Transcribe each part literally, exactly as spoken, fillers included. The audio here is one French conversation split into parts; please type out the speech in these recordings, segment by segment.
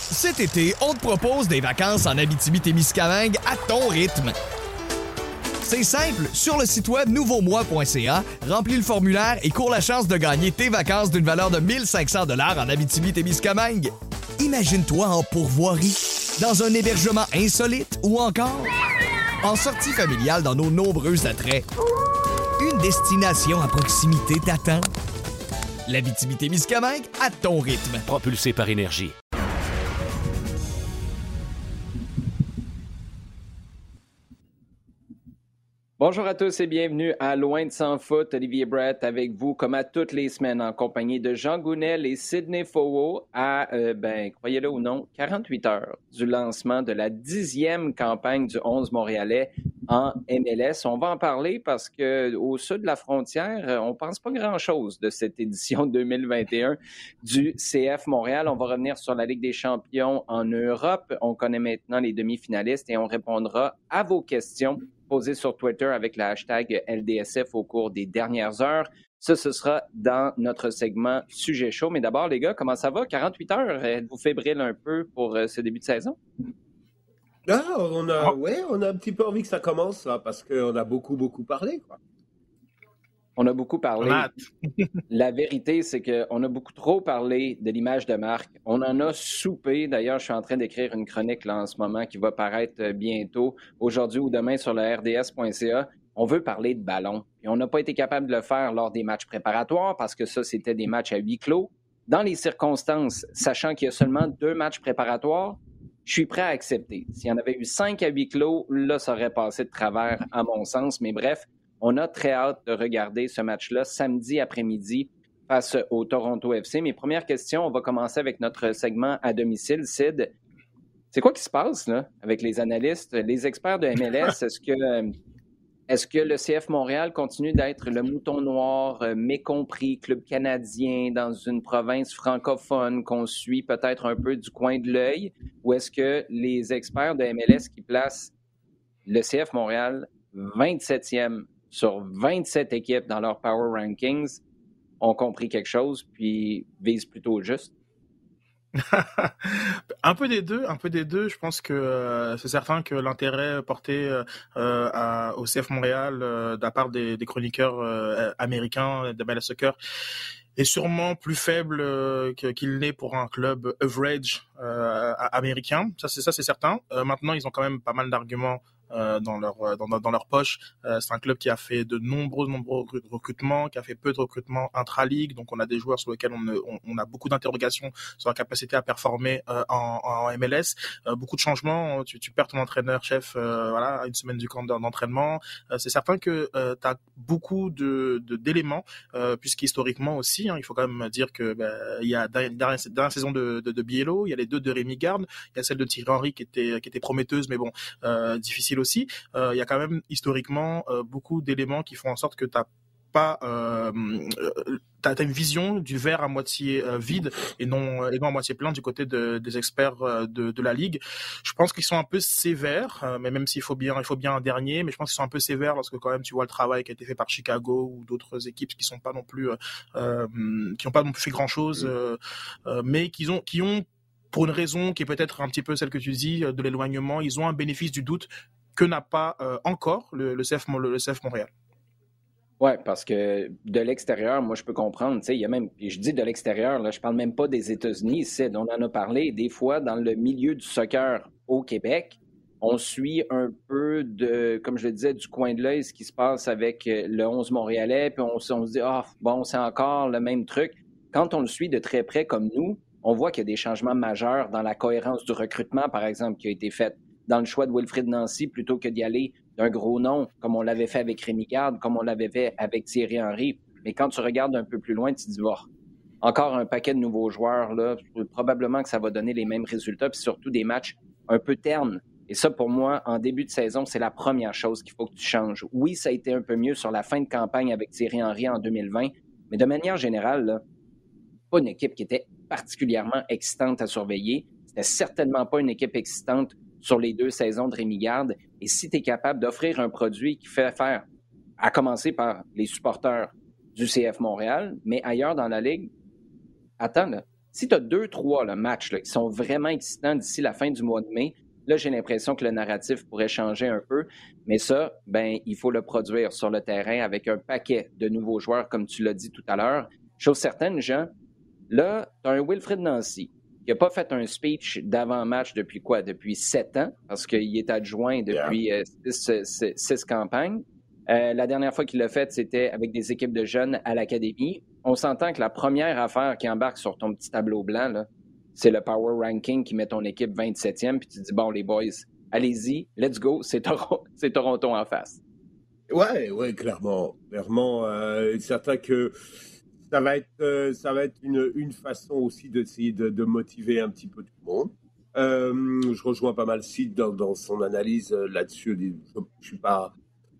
Cet été, on te propose des vacances en Abitibi-Témiscamingue à ton rythme. C'est simple, sur le site web nouveau moi point c a, remplis le formulaire et cours la chance de gagner tes vacances d'une valeur de mille cinq cents dollars en Abitibi-Témiscamingue. Imagine-toi en pourvoirie, dans un hébergement insolite ou encore en sortie familiale dans nos nombreux attraits. Une destination à proximité t'attend. L'Abitibi-Témiscamingue à ton rythme. Propulsé par Énergie. Bonjour à tous et bienvenue à Loin de Sans Foot. Olivier Brett avec vous, comme à toutes les semaines, en compagnie de Jean Gounel et Sidney Fowo à, euh, ben, croyez-le ou non, quarante-huit heures du lancement de la dixième campagne du onze montréalais en M L S. On va en parler parce qu'au sud de la frontière, on pense pas grand-chose de cette édition deux mille vingt et un du C F Montréal. On va revenir sur la Ligue des champions en Europe. On connaît maintenant les demi-finalistes et on répondra à vos questions posé sur Twitter avec le hashtag L D S F au cours des dernières heures. Ça, ce sera dans notre segment Sujet chaud. Mais d'abord, les gars, comment ça va? quarante-huit heures, êtes-vous fébrile un peu pour euh, ce début de saison? Ah, on a, ouais, on a un petit peu envie que ça commence, là, parce qu'on a beaucoup, beaucoup parlé, quoi. On a beaucoup parlé. La vérité, c'est qu'on a beaucoup trop parlé de l'image de marque. On en a soupé. D'ailleurs, je suis en train d'écrire une chronique là, en ce moment qui va paraître bientôt, aujourd'hui ou demain sur le R D S point C A. On veut parler de ballon. Et on n'a pas été capable de le faire lors des matchs préparatoires parce que ça, c'était des matchs à huis clos. Dans les circonstances, sachant qu'il y a seulement deux matchs préparatoires, je suis prêt à accepter. S'il y en avait eu cinq à huis clos, là, ça aurait passé de travers à mon sens. Mais bref, on a très hâte de regarder ce match-là samedi après-midi face au Toronto F C. Mes premières questions, on va commencer avec notre segment à domicile. Sid, c'est quoi qui se passe là avec les analystes, les experts de M L S? Est-ce que, est-ce que le C F Montréal continue d'être le mouton noir, euh, mécompris, club canadien dans une province francophone qu'on suit peut-être un peu du coin de l'œil? Ou est-ce que les experts de M L S qui placent le C F Montréal vingt-septième sur vingt-sept équipes dans leur Power Rankings ont compris quelque chose puis visent plutôt juste? un peu des deux, un peu des deux. Je pense que euh, c'est certain que l'intérêt porté euh, à, au C F Montréal euh, de la part des, des chroniqueurs euh, américains de M L S Soccer est sûrement plus faible euh, qu'il n'est pour un club average euh, américain. Ça, c'est ça, c'est certain. Euh, maintenant, ils ont quand même pas mal d'arguments Euh, dans leur dans, dans leur poche. Euh, c'est un club qui a fait de nombreux nombreux recrutements, qui a fait peu de recrutements intra-ligue, donc on a des joueurs sur lesquels on, on, on a beaucoup d'interrogations sur la capacité à performer euh, en, en M L S. Euh, beaucoup de changements, tu, tu perds ton entraîneur-chef euh, voilà, une semaine du camp d'entraînement. Euh, c'est certain que euh, tu as beaucoup de, de d'éléments, euh, puisqu'historiquement aussi, hein, il faut quand même dire que bah, il y a dernière, dernière saison de, de, de Biello, il y a les deux de Rémi Garde, il y a celle de Thierry Henry qui était qui était prometteuse, mais bon, euh, difficile aussi. Il euh, y a quand même historiquement euh, beaucoup d'éléments qui font en sorte que tu n'as pas euh, t'as, t'as une vision du verre à moitié euh, vide et non et non à moitié plein du côté de, des experts euh, de, de la ligue. Je pense qu'ils sont un peu sévères, euh, mais même s'il faut bien il faut bien un dernier, mais je pense qu'ils sont un peu sévères lorsque quand même tu vois le travail qui a été fait par Chicago ou d'autres équipes qui sont pas non plus euh, qui n'ont pas non plus fait grand chose, euh, euh, mais qui ont qui ont pour une raison qui est peut-être un petit peu celle que tu dis de l'éloignement, ils ont un bénéfice du doute que n'a pas euh, encore le, le, C F, le, le C F Montréal. Oui, parce que de l'extérieur, moi, je peux comprendre. Il y a même, et je dis de l'extérieur, là, je parle même pas des États-Unis. C'est, on en a parlé des fois dans le milieu du soccer au Québec. On suit un peu de, comme je le disais, du coin de l'œil, ce qui se passe avec le onze montréalais. Puis on, on se dit, ah, oh, bon, c'est encore le même truc. Quand on le suit de très près comme nous, on voit qu'il y a des changements majeurs dans la cohérence du recrutement, par exemple, qui a été fait. Dans le choix de Wilfried Nancy, plutôt que d'y aller d'un gros nom, comme on l'avait fait avec Rémi Garde, comme on l'avait fait avec Thierry Henry. Mais quand tu regardes un peu plus loin, tu te dis, oh, encore un paquet de nouveaux joueurs, là, probablement que ça va donner les mêmes résultats, puis surtout des matchs un peu ternes. Et ça, pour moi, en début de saison, c'est la première chose qu'il faut que tu changes. Oui, ça a été un peu mieux sur la fin de campagne avec Thierry Henry en deux mille vingt, mais de manière générale, là, pas une équipe qui était particulièrement excitante à surveiller. C'était certainement pas une équipe excitante sur les deux saisons de Rémi Garde. Et si tu es capable d'offrir un produit qui fait faire, à commencer par les supporters du C F Montréal, mais ailleurs dans la Ligue, attends, là, Si tu as deux, trois là, matchs là, qui sont vraiment excitants d'ici la fin du mois de mai, là, j'ai l'impression que le narratif pourrait changer un peu. Mais ça, ben, il faut le produire sur le terrain avec un paquet de nouveaux joueurs, comme tu l'as dit tout à l'heure. Chose certaine, Jean, là, tu as un Wilfried Nancy qui n'a pas fait un speech d'avant-match depuis quoi? Depuis sept ans, parce qu'il est adjoint depuis yeah. euh, six, six, six campagnes. Euh, la dernière fois qu'il l'a fait, c'était avec des équipes de jeunes à l'académie. On s'entend que la première affaire qui embarque sur ton petit tableau blanc, là, c'est le Power Ranking qui met ton équipe vingt-septième, puis tu dis, bon, les boys, allez-y, let's go, c'est, Tor- c'est Toronto en face. Ouais, ouais, clairement. Clairement, euh, c'est certain que ça va être, euh, ça va être une, une façon aussi d'essayer de, de motiver un petit peu tout le monde. Euh, je rejoins pas mal Sid dans, dans son analyse euh, là-dessus. Je ne suis pas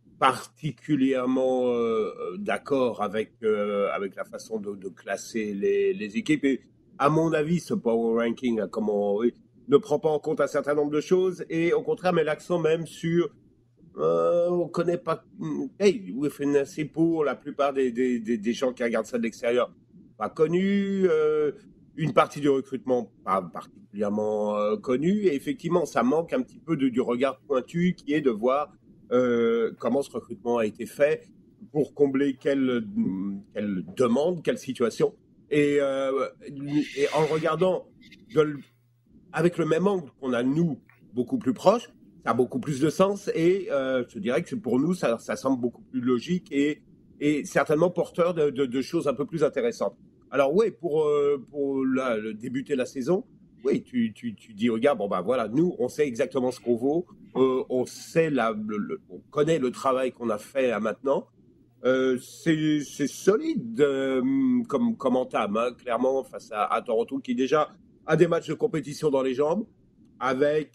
particulièrement euh, d'accord avec, euh, avec la façon de, de classer les, les équipes. Et à mon avis, ce Power Ranking comment, ne prend pas en compte un certain nombre de choses et au contraire met l'accent même sur euh, on ne connaît pas. Hey, c'est pour la plupart des, des, des, des gens qui regardent ça de l'extérieur, pas connu. Euh, une partie du recrutement, pas particulièrement euh, connue. Et effectivement, ça manque un petit peu de, du regard pointu qui est de voir euh, comment ce recrutement a été fait, pour combler quelle, quelle demande, quelle situation. Et, euh, et en le regardant de, avec le même angle qu'on a, nous, beaucoup plus proche, ça a beaucoup plus de sens et euh, je dirais que pour nous, ça, ça semble beaucoup plus logique et, et certainement porteur de, de, de choses un peu plus intéressantes. Alors oui, pour, euh, pour la, le, débuter la saison, oui, tu, tu, tu dis, regarde, bon ben voilà, nous, on sait exactement ce qu'on vaut, euh, on sait la, le, le, on connaît le travail qu'on a fait à maintenant. Euh, c'est, c'est solide euh, comme, comme entame, hein, clairement, face à, à Toronto, qui déjà a des matchs de compétition dans les jambes, avec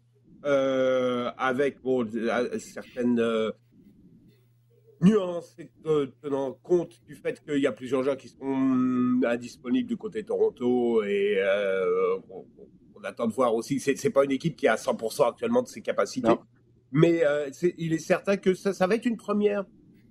Euh, avec bon, certaines euh, nuances euh, tenant compte du fait qu'il y a plusieurs gens qui sont indisponibles du côté de Toronto et euh, on, on attend de voir aussi. C'est, c'est pas une équipe qui est à cent pour cent actuellement de ses capacités, non. mais euh, c'est, il est certain que ça, ça va être une première,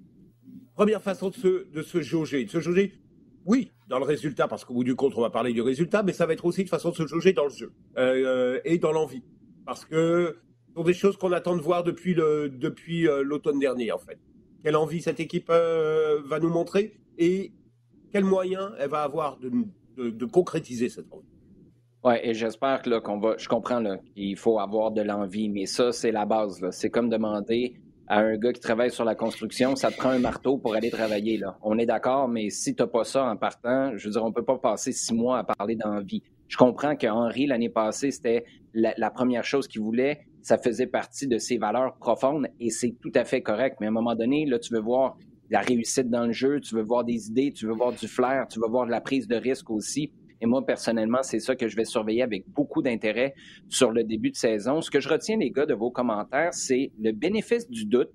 première façon de se, de se jauger. De se jauger, oui, dans le résultat, parce qu'au bout du compte, on va parler du résultat, mais ça va être aussi une façon de se jauger dans le jeu euh, et dans l'envie. Parce que ce sont des choses qu'on attend de voir depuis, le, depuis euh, l'automne dernier, en fait. Quelle envie cette équipe euh, va nous montrer et quels moyens elle va avoir de, de, de concrétiser cette envie. Oui, et j'espère que, là, qu'on va... Je comprends là, qu'il faut avoir de l'envie, mais ça, c'est la base. Là. C'est comme demander à un gars qui travaille sur la construction, ça te prend un marteau pour aller travailler. Là. On est d'accord, mais si tu n'as pas ça en partant, je veux dire, on ne peut pas passer six mois à parler d'envie. Je comprends que Henry, l'année passée, c'était la, la première chose qu'il voulait. Ça faisait partie de ses valeurs profondes et c'est tout à fait correct. Mais à un moment donné, là, tu veux voir la réussite dans le jeu, tu veux voir des idées, tu veux voir du flair, tu veux voir de la prise de risque aussi. Et moi, personnellement, c'est ça que je vais surveiller avec beaucoup d'intérêt sur le début de saison. Ce que je retiens, les gars, de vos commentaires, c'est le bénéfice du doute.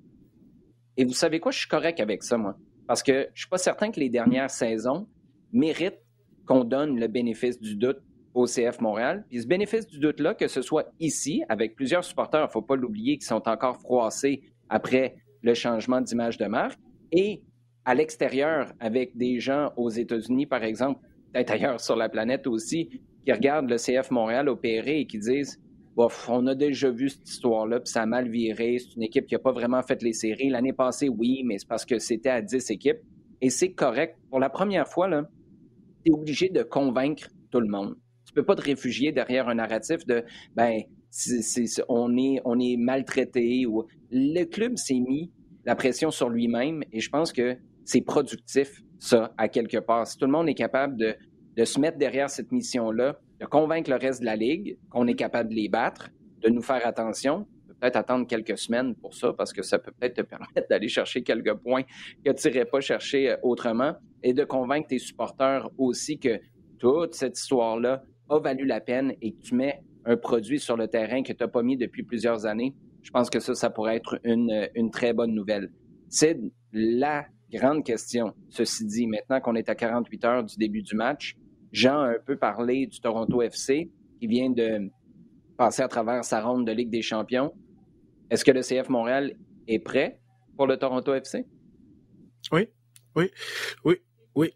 Et vous savez quoi? Je suis correct avec ça, moi. Parce que je ne suis pas certain que les dernières saisons méritent qu'on donne le bénéfice du doute au C F Montréal. Puis ce bénéfice du doute-là, que ce soit ici, avec plusieurs supporters, il ne faut pas l'oublier, qui sont encore froissés après le changement d'image de marque, et à l'extérieur, avec des gens aux États-Unis, par exemple, peut-être ailleurs sur la planète aussi, qui regardent le C F Montréal opérer et qui disent bof, on a déjà vu cette histoire-là, puis ça a mal viré, c'est une équipe qui n'a pas vraiment fait les séries. L'année passée, oui, mais c'est parce que c'était à dix équipes. Et c'est correct. Pour la première fois, là, tu es obligé de convaincre tout le monde. Tu ne peux pas te réfugier derrière un narratif de ben c'est, c'est, on, est, on est maltraité. Ou... Le club s'est mis la pression sur lui-même et je pense que c'est productif, ça, à quelque part. Si tout le monde est capable de, de se mettre derrière cette mission-là, de convaincre le reste de la Ligue qu'on est capable de les battre, de nous faire attention, peut-être attendre quelques semaines pour ça, parce que ça peut peut-être te permettre d'aller chercher quelques points que tu n'irais pas chercher autrement, et de convaincre tes supporters aussi que toute cette histoire-là a valu la peine et que tu mets un produit sur le terrain que tu n'as pas mis depuis plusieurs années. Je pense que ça, ça pourrait être une, une très bonne nouvelle. C'est la grande question. Ceci dit, maintenant qu'on est à quarante-huit heures du début du match, Jean a un peu parlé du Toronto F C qui vient de passer à travers sa ronde de Ligue des champions. Est-ce que le C F Montréal est prêt pour le Toronto F C? Oui, oui, oui. Oui,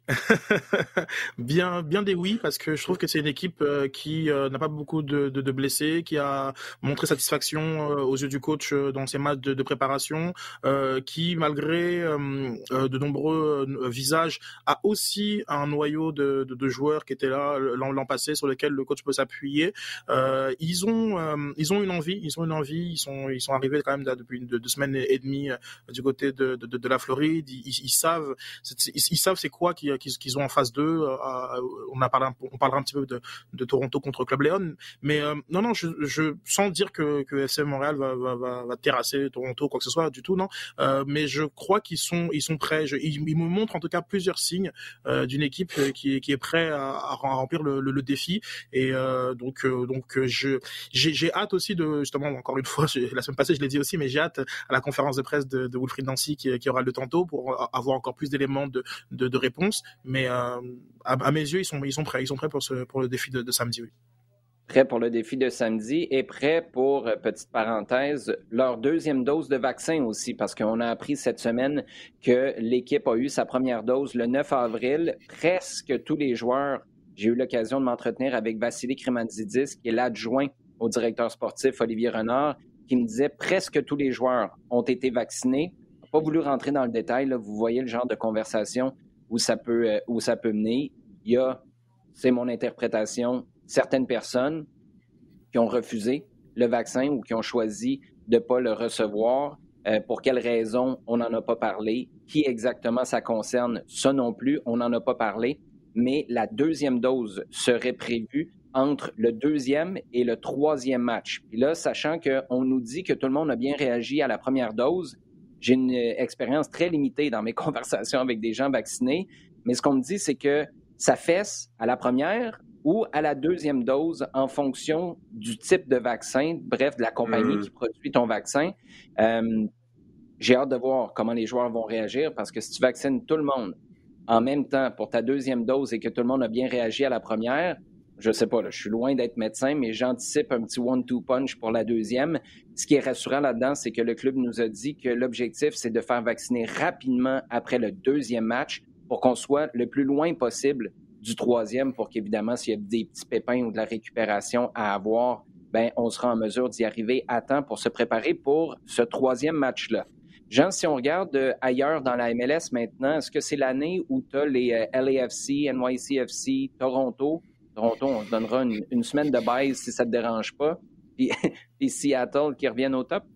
bien, bien des oui, parce que je trouve que c'est une équipe euh, qui euh, n'a pas beaucoup de, de, de blessés, qui a montré satisfaction euh, aux yeux du coach euh, dans ses matchs de, de préparation, euh, qui malgré euh, euh, de nombreux euh, visages a aussi un noyau de, de, de joueurs qui étaient là l'an, l'an passé sur lequel le coach peut s'appuyer. Euh, ils ont, euh, ils ont une envie, ils ont une envie, ils sont, ils sont arrivés quand même là, depuis deux, deux semaines et demie euh, du côté de, de, de la Floride. Ils, ils, ils savent, ils, ils savent c'est quoi Qu'ils, qu'ils ont en phase deux. Euh, on a parlé, on parlera un petit peu de, de Toronto contre Club Leon, mais euh, non, non, je, je sans dire que, que F C Montréal va, va, va, va terrasser Toronto, quoi que ce soit, du tout, non. Euh, mais je crois qu'ils sont, ils sont prêts. Je, ils, ils me montrent en tout cas plusieurs signes euh, d'une équipe qui, qui est prête à, à remplir le, le, le défi. Et euh, donc, euh, donc, je, j'ai, j'ai hâte aussi de, justement, encore une fois, la semaine passée, je l'ai dit aussi, mais j'ai hâte à la conférence de presse de, de Wilfried Nancy qui, qui aura lieu tantôt pour avoir encore plus d'éléments de, de, de réponse. Mais euh, à, à mes yeux, ils sont, ils sont prêts. Ils sont prêts pour, ce, pour le défi de, de samedi, oui. Prêts pour le défi de samedi et prêts pour, petite parenthèse, leur deuxième dose de vaccin aussi, parce qu'on a appris cette semaine que l'équipe a eu sa première dose le neuf avril. Presque tous les joueurs, j'ai eu l'occasion de m'entretenir avec Vassili Krimantzidis, qui est l'adjoint au directeur sportif Olivier Renard, qui me disait presque tous les joueurs ont été vaccinés. Je n'ai pas voulu rentrer dans le détail, là. Vous voyez le genre de conversation où ça peut, euh, où ça peut mener. Il y a, c'est mon interprétation, certaines personnes qui ont refusé le vaccin ou qui ont choisi de ne pas le recevoir. Euh, pour quelles raisons, on n'en a pas parlé. Qui exactement ça concerne, ça non plus, on n'en a pas parlé. Mais la deuxième dose serait prévue entre le deuxième et le troisième match. Puis là, sachant qu'on nous dit que tout le monde a bien réagi à la première dose, j'ai une expérience très limitée dans mes conversations avec des gens vaccinés, mais ce qu'on me dit, c'est que ça fesse à la première ou à la deuxième dose en fonction du type de vaccin, bref, de la compagnie mmh. qui produit ton vaccin. Euh, j'ai hâte de voir comment les joueurs vont réagir parce que si tu vaccines tout le monde en même temps pour ta deuxième dose et que tout le monde a bien réagi à la première, je sais pas, là, je suis loin d'être médecin, mais j'anticipe un petit one-two punch pour la deuxième. Ce qui est rassurant là-dedans, c'est que le club nous a dit que l'objectif, c'est de faire vacciner rapidement après le deuxième match pour qu'on soit le plus loin possible du troisième pour qu'évidemment, s'il y a des petits pépins ou de la récupération à avoir, ben, on sera en mesure d'y arriver à temps pour se préparer pour ce troisisième match-là. Jean, si on regarde euh, ailleurs dans la M L S maintenant, est-ce que c'est l'année où tu as les euh, L A F C, N Y C F C, Toronto? Toronto, on te donnera une, une semaine de baisse si ça ne te dérange pas. Puis, puis Seattle qui reviennent au top?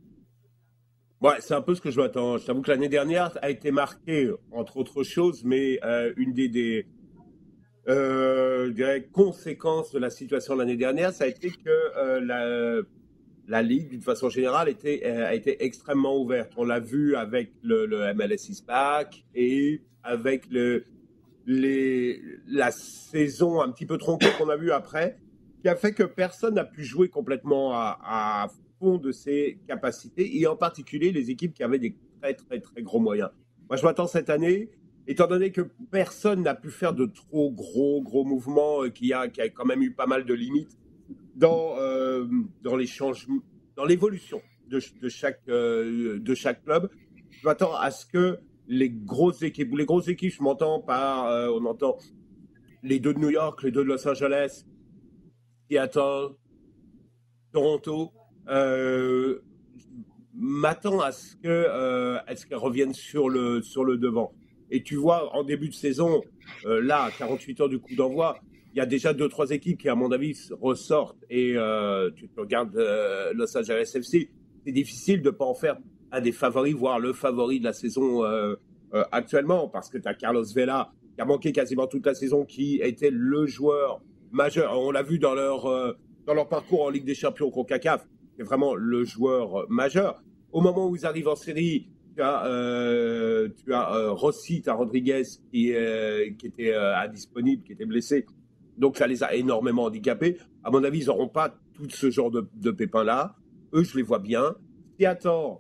Ouais, c'est un peu ce que je m'attends. Je t'avoue que l'année dernière a été marquée, entre autres choses, mais euh, une des, des euh, je dirais, conséquences de la situation de l'année dernière, ça a été que euh, la, la Ligue, d'une façon générale, était, euh, a été extrêmement ouverte. On l'a vu avec le, le M L S is back et avec le, les, la saison un petit peu tronquée qu'on a vue après, qui a fait que personne n'a pu jouer complètement à, à fond de ses capacités, et en particulier les équipes qui avaient des très, très, très gros moyens. Moi, je m'attends cette année, étant donné que personne n'a pu faire de trop gros, gros mouvements, euh, qui a, qui a quand même eu pas mal de limites dans, euh, dans les changements, dans l'évolution de, de, chaque, euh, de chaque club. Je m'attends à ce que les grosses équipes, ou les grosses équipes, je m'entends par, euh, on entend les deux de New York, les deux de Los Angeles, Seattle, Toronto, euh, m'attends à ce que, euh, à ce qu'elles reviennent sur le, sur le devant. Et tu vois, en début de saison, euh, là, à quarante-huit heures du coup d'envoi, il y a déjà deux, trois équipes qui, à mon avis, ressortent. Et euh, tu regardes euh, Los Angeles F C, c'est difficile de ne pas en faire un des favoris, voire le favori de la saison euh, euh, actuellement, parce que tu as Carlos Vela, qui a manqué quasiment toute la saison, qui était le joueur majeur. On l'a vu dans leur, euh, dans leur parcours en Ligue des Champions CONCACAF, c'est vraiment le joueur majeur. Au moment où ils arrivent en série, tu as, euh, tu as euh, Rossi, tu as Rodriguez qui, euh, qui était euh, indisponible, qui était blessé. Donc, ça les a énormément handicapés. À mon avis, ils n'auront pas tout ce genre de, de pépins-là. Eux, je les vois bien. Seattle,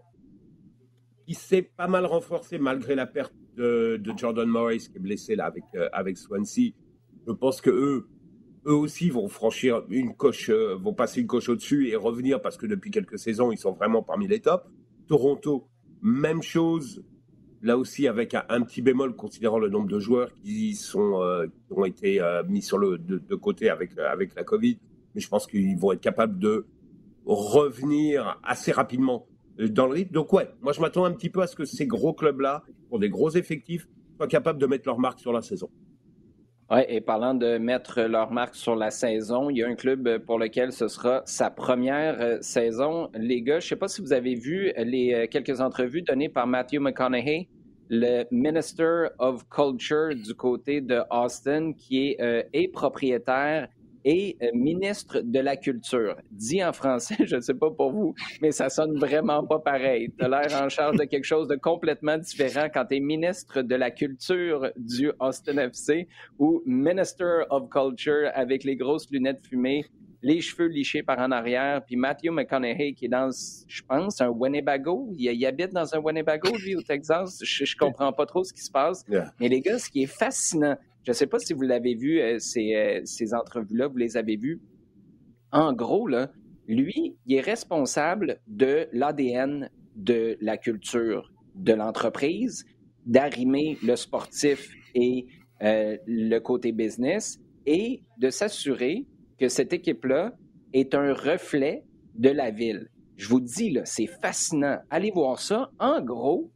qui s'est pas mal renforcé malgré la perte de, de Jordan Morris, qui est blessé là avec, euh, avec Swansea. Je pense que eux, eux aussi vont franchir une coche, euh, vont passer une coche au-dessus et revenir parce que depuis quelques saisons, ils sont vraiment parmi les tops. Toronto, même chose. là aussi avec un, un petit bémol considérant le nombre de joueurs qui, sont, euh, qui ont été euh, mis sur le de, de côté avec, avec la Covid. Mais je pense qu'ils vont être capables de revenir assez rapidement dans le rythme. Donc ouais, moi je m'attends un petit peu à ce que ces gros clubs-là, pour des gros effectifs, soient capables de mettre leur marque sur la saison. Oui, et parlant de mettre leur marque sur la saison, il y a un club pour lequel ce sera sa première euh, saison. Les gars, je ne sais pas si vous avez vu les euh, quelques entrevues données par Matthew McConaughey, le Minister of Culture du côté de Austin, qui est euh, et propriétaire et euh, ministre de la Culture. Dit en français, je ne sais pas pour vous, mais ça sonne vraiment pas pareil. Tu as l'air en charge de quelque chose de complètement différent quand tu es ministre de la Culture du Austin F C ou Minister of Culture avec les grosses lunettes fumées, les cheveux lichés par en arrière, puis Matthew McConaughey qui est dans, je pense, un Winnebago. Il, il habite dans un Winnebago, lui, au Texas. Je, je comprends pas trop ce qui se passe. Yeah. Mais les gars, ce qui est fascinant, je ne sais pas si vous l'avez vu, euh, ces, euh, ces entrevues-là, vous les avez vues. En gros, là, lui, il est responsable de l'A D N de la culture de l'entreprise, d'arrimer le sportif et euh, le côté business et de s'assurer que cette équipe-là est un reflet de la ville. Je vous dis, là, c'est fascinant. Allez voir ça. En gros,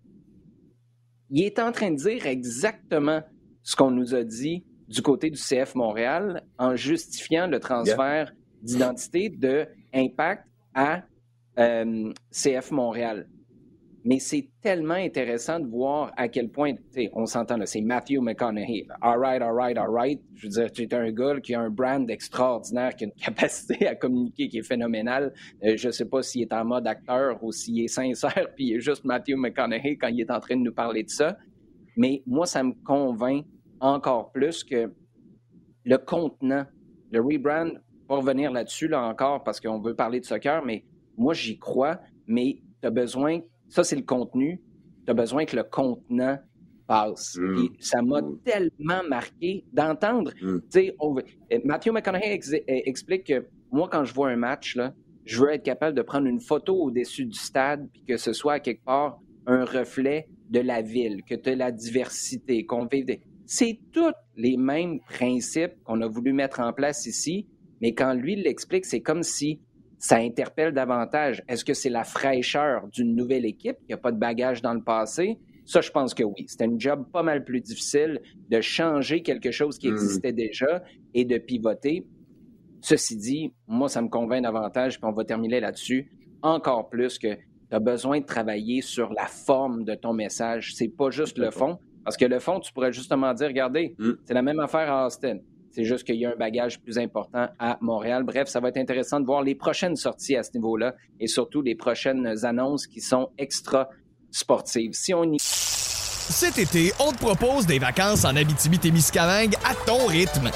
il est en train de dire exactement ce qu'on nous a dit du côté du C F Montréal en justifiant le transfert yeah. d'identité de Impact à euh, C F Montréal. Mais c'est tellement intéressant de voir à quel point, on s'entend là, c'est Matthew McConaughey. All right, all right, all right. Je veux dire, tu es un gars qui a un brand extraordinaire, qui a une capacité à communiquer qui est phénoménale. Euh, je ne sais pas s'il est en mode acteur ou s'il est sincère, puis il est juste Matthew McConaughey quand il est en train de nous parler de ça. Mais moi, ça me convainc encore plus que le contenant, le rebrand, pas revenir là-dessus là encore parce qu'on veut parler de soccer, mais moi, j'y crois, mais tu as besoin, ça c'est le contenu, tu as besoin que le contenant passe. Mmh. Et ça m'a mmh. tellement marqué d'entendre, mmh. tu sais, on... Matthew McConaughey ex... explique que moi, quand je vois un match, là, je veux être capable de prendre une photo au-dessus du stade puis que ce soit à quelque part un reflet de la ville, que tu as la diversité, qu'on vive des... C'est tous les mêmes principes qu'on a voulu mettre en place ici, mais quand lui l'explique, c'est comme si ça interpelle davantage. Est-ce que c'est la fraîcheur d'une nouvelle équipe qui n'a pas de bagage dans le passé? Ça, je pense que oui. C'était un job pas mal plus difficile de changer quelque chose qui existait mmh. déjà et de pivoter. Ceci dit, moi, ça me convainc davantage, puis on va terminer là-dessus, encore plus que tu as besoin de travailler sur la forme de ton message. C'est pas juste le fond. Parce que le fond, tu pourrais justement dire, regardez, mm. c'est la même affaire à Austin. C'est juste qu'il y a un bagage plus important à Montréal. Bref, ça va être intéressant de voir les prochaines sorties à ce niveau-là et surtout les prochaines annonces qui sont extra sportives. Si on y... Cet été, on te propose des vacances en Abitibi-Témiscamingue à ton rythme.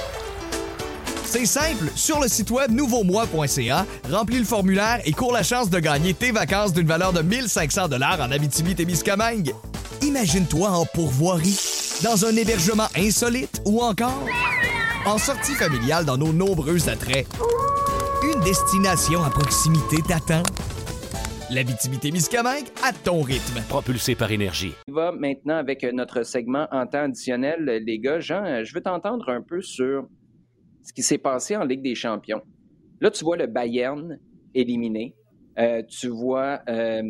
C'est simple, sur le site web nouveau moi point c a, remplis le formulaire et cours la chance de gagner tes vacances d'une valeur de mille cinq cents dollars en Abitibi-Témiscamingue. Imagine-toi en pourvoirie, dans un hébergement insolite ou encore en sortie familiale dans nos nombreux attraits. Une destination à proximité t'attend. L'Abitibi-Témiscamingue à ton rythme. Propulsé par énergie. On va maintenant avec notre segment en temps additionnel. Les gars, Jean, je veux t'entendre un peu sur ce qui s'est passé en Ligue des champions. Là, tu vois le Bayern éliminé. Euh, tu vois... Euh,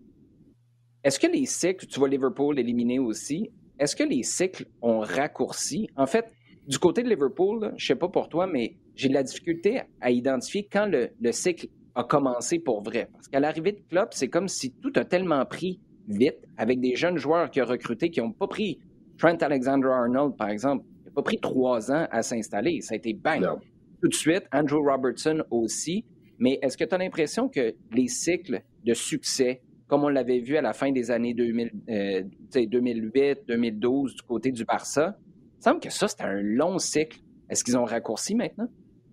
Est-ce que les cycles, tu vois Liverpool éliminé aussi, est-ce que les cycles ont raccourci? En fait, du côté de Liverpool, là, je ne sais pas pour toi, mais j'ai de la difficulté à identifier quand le, le cycle a commencé pour vrai. Parce qu'à l'arrivée de Klopp, c'est comme si tout a tellement pris vite, avec des jeunes joueurs qu'il a recrutés qui n'ont pas pris Trent Alexander-Arnold, par exemple, il n'a pas pris trois ans à s'installer. Ça a été bang! Non. Tout de suite, Andrew Robertson aussi. Mais est-ce que tu as l'impression que les cycles de succès, comme on l'avait vu à la fin des années deux mille, euh, deux mille huit, deux mille douze du côté du Barça, il me semble que ça, c'était un long cycle. Est-ce qu'ils ont raccourci maintenant?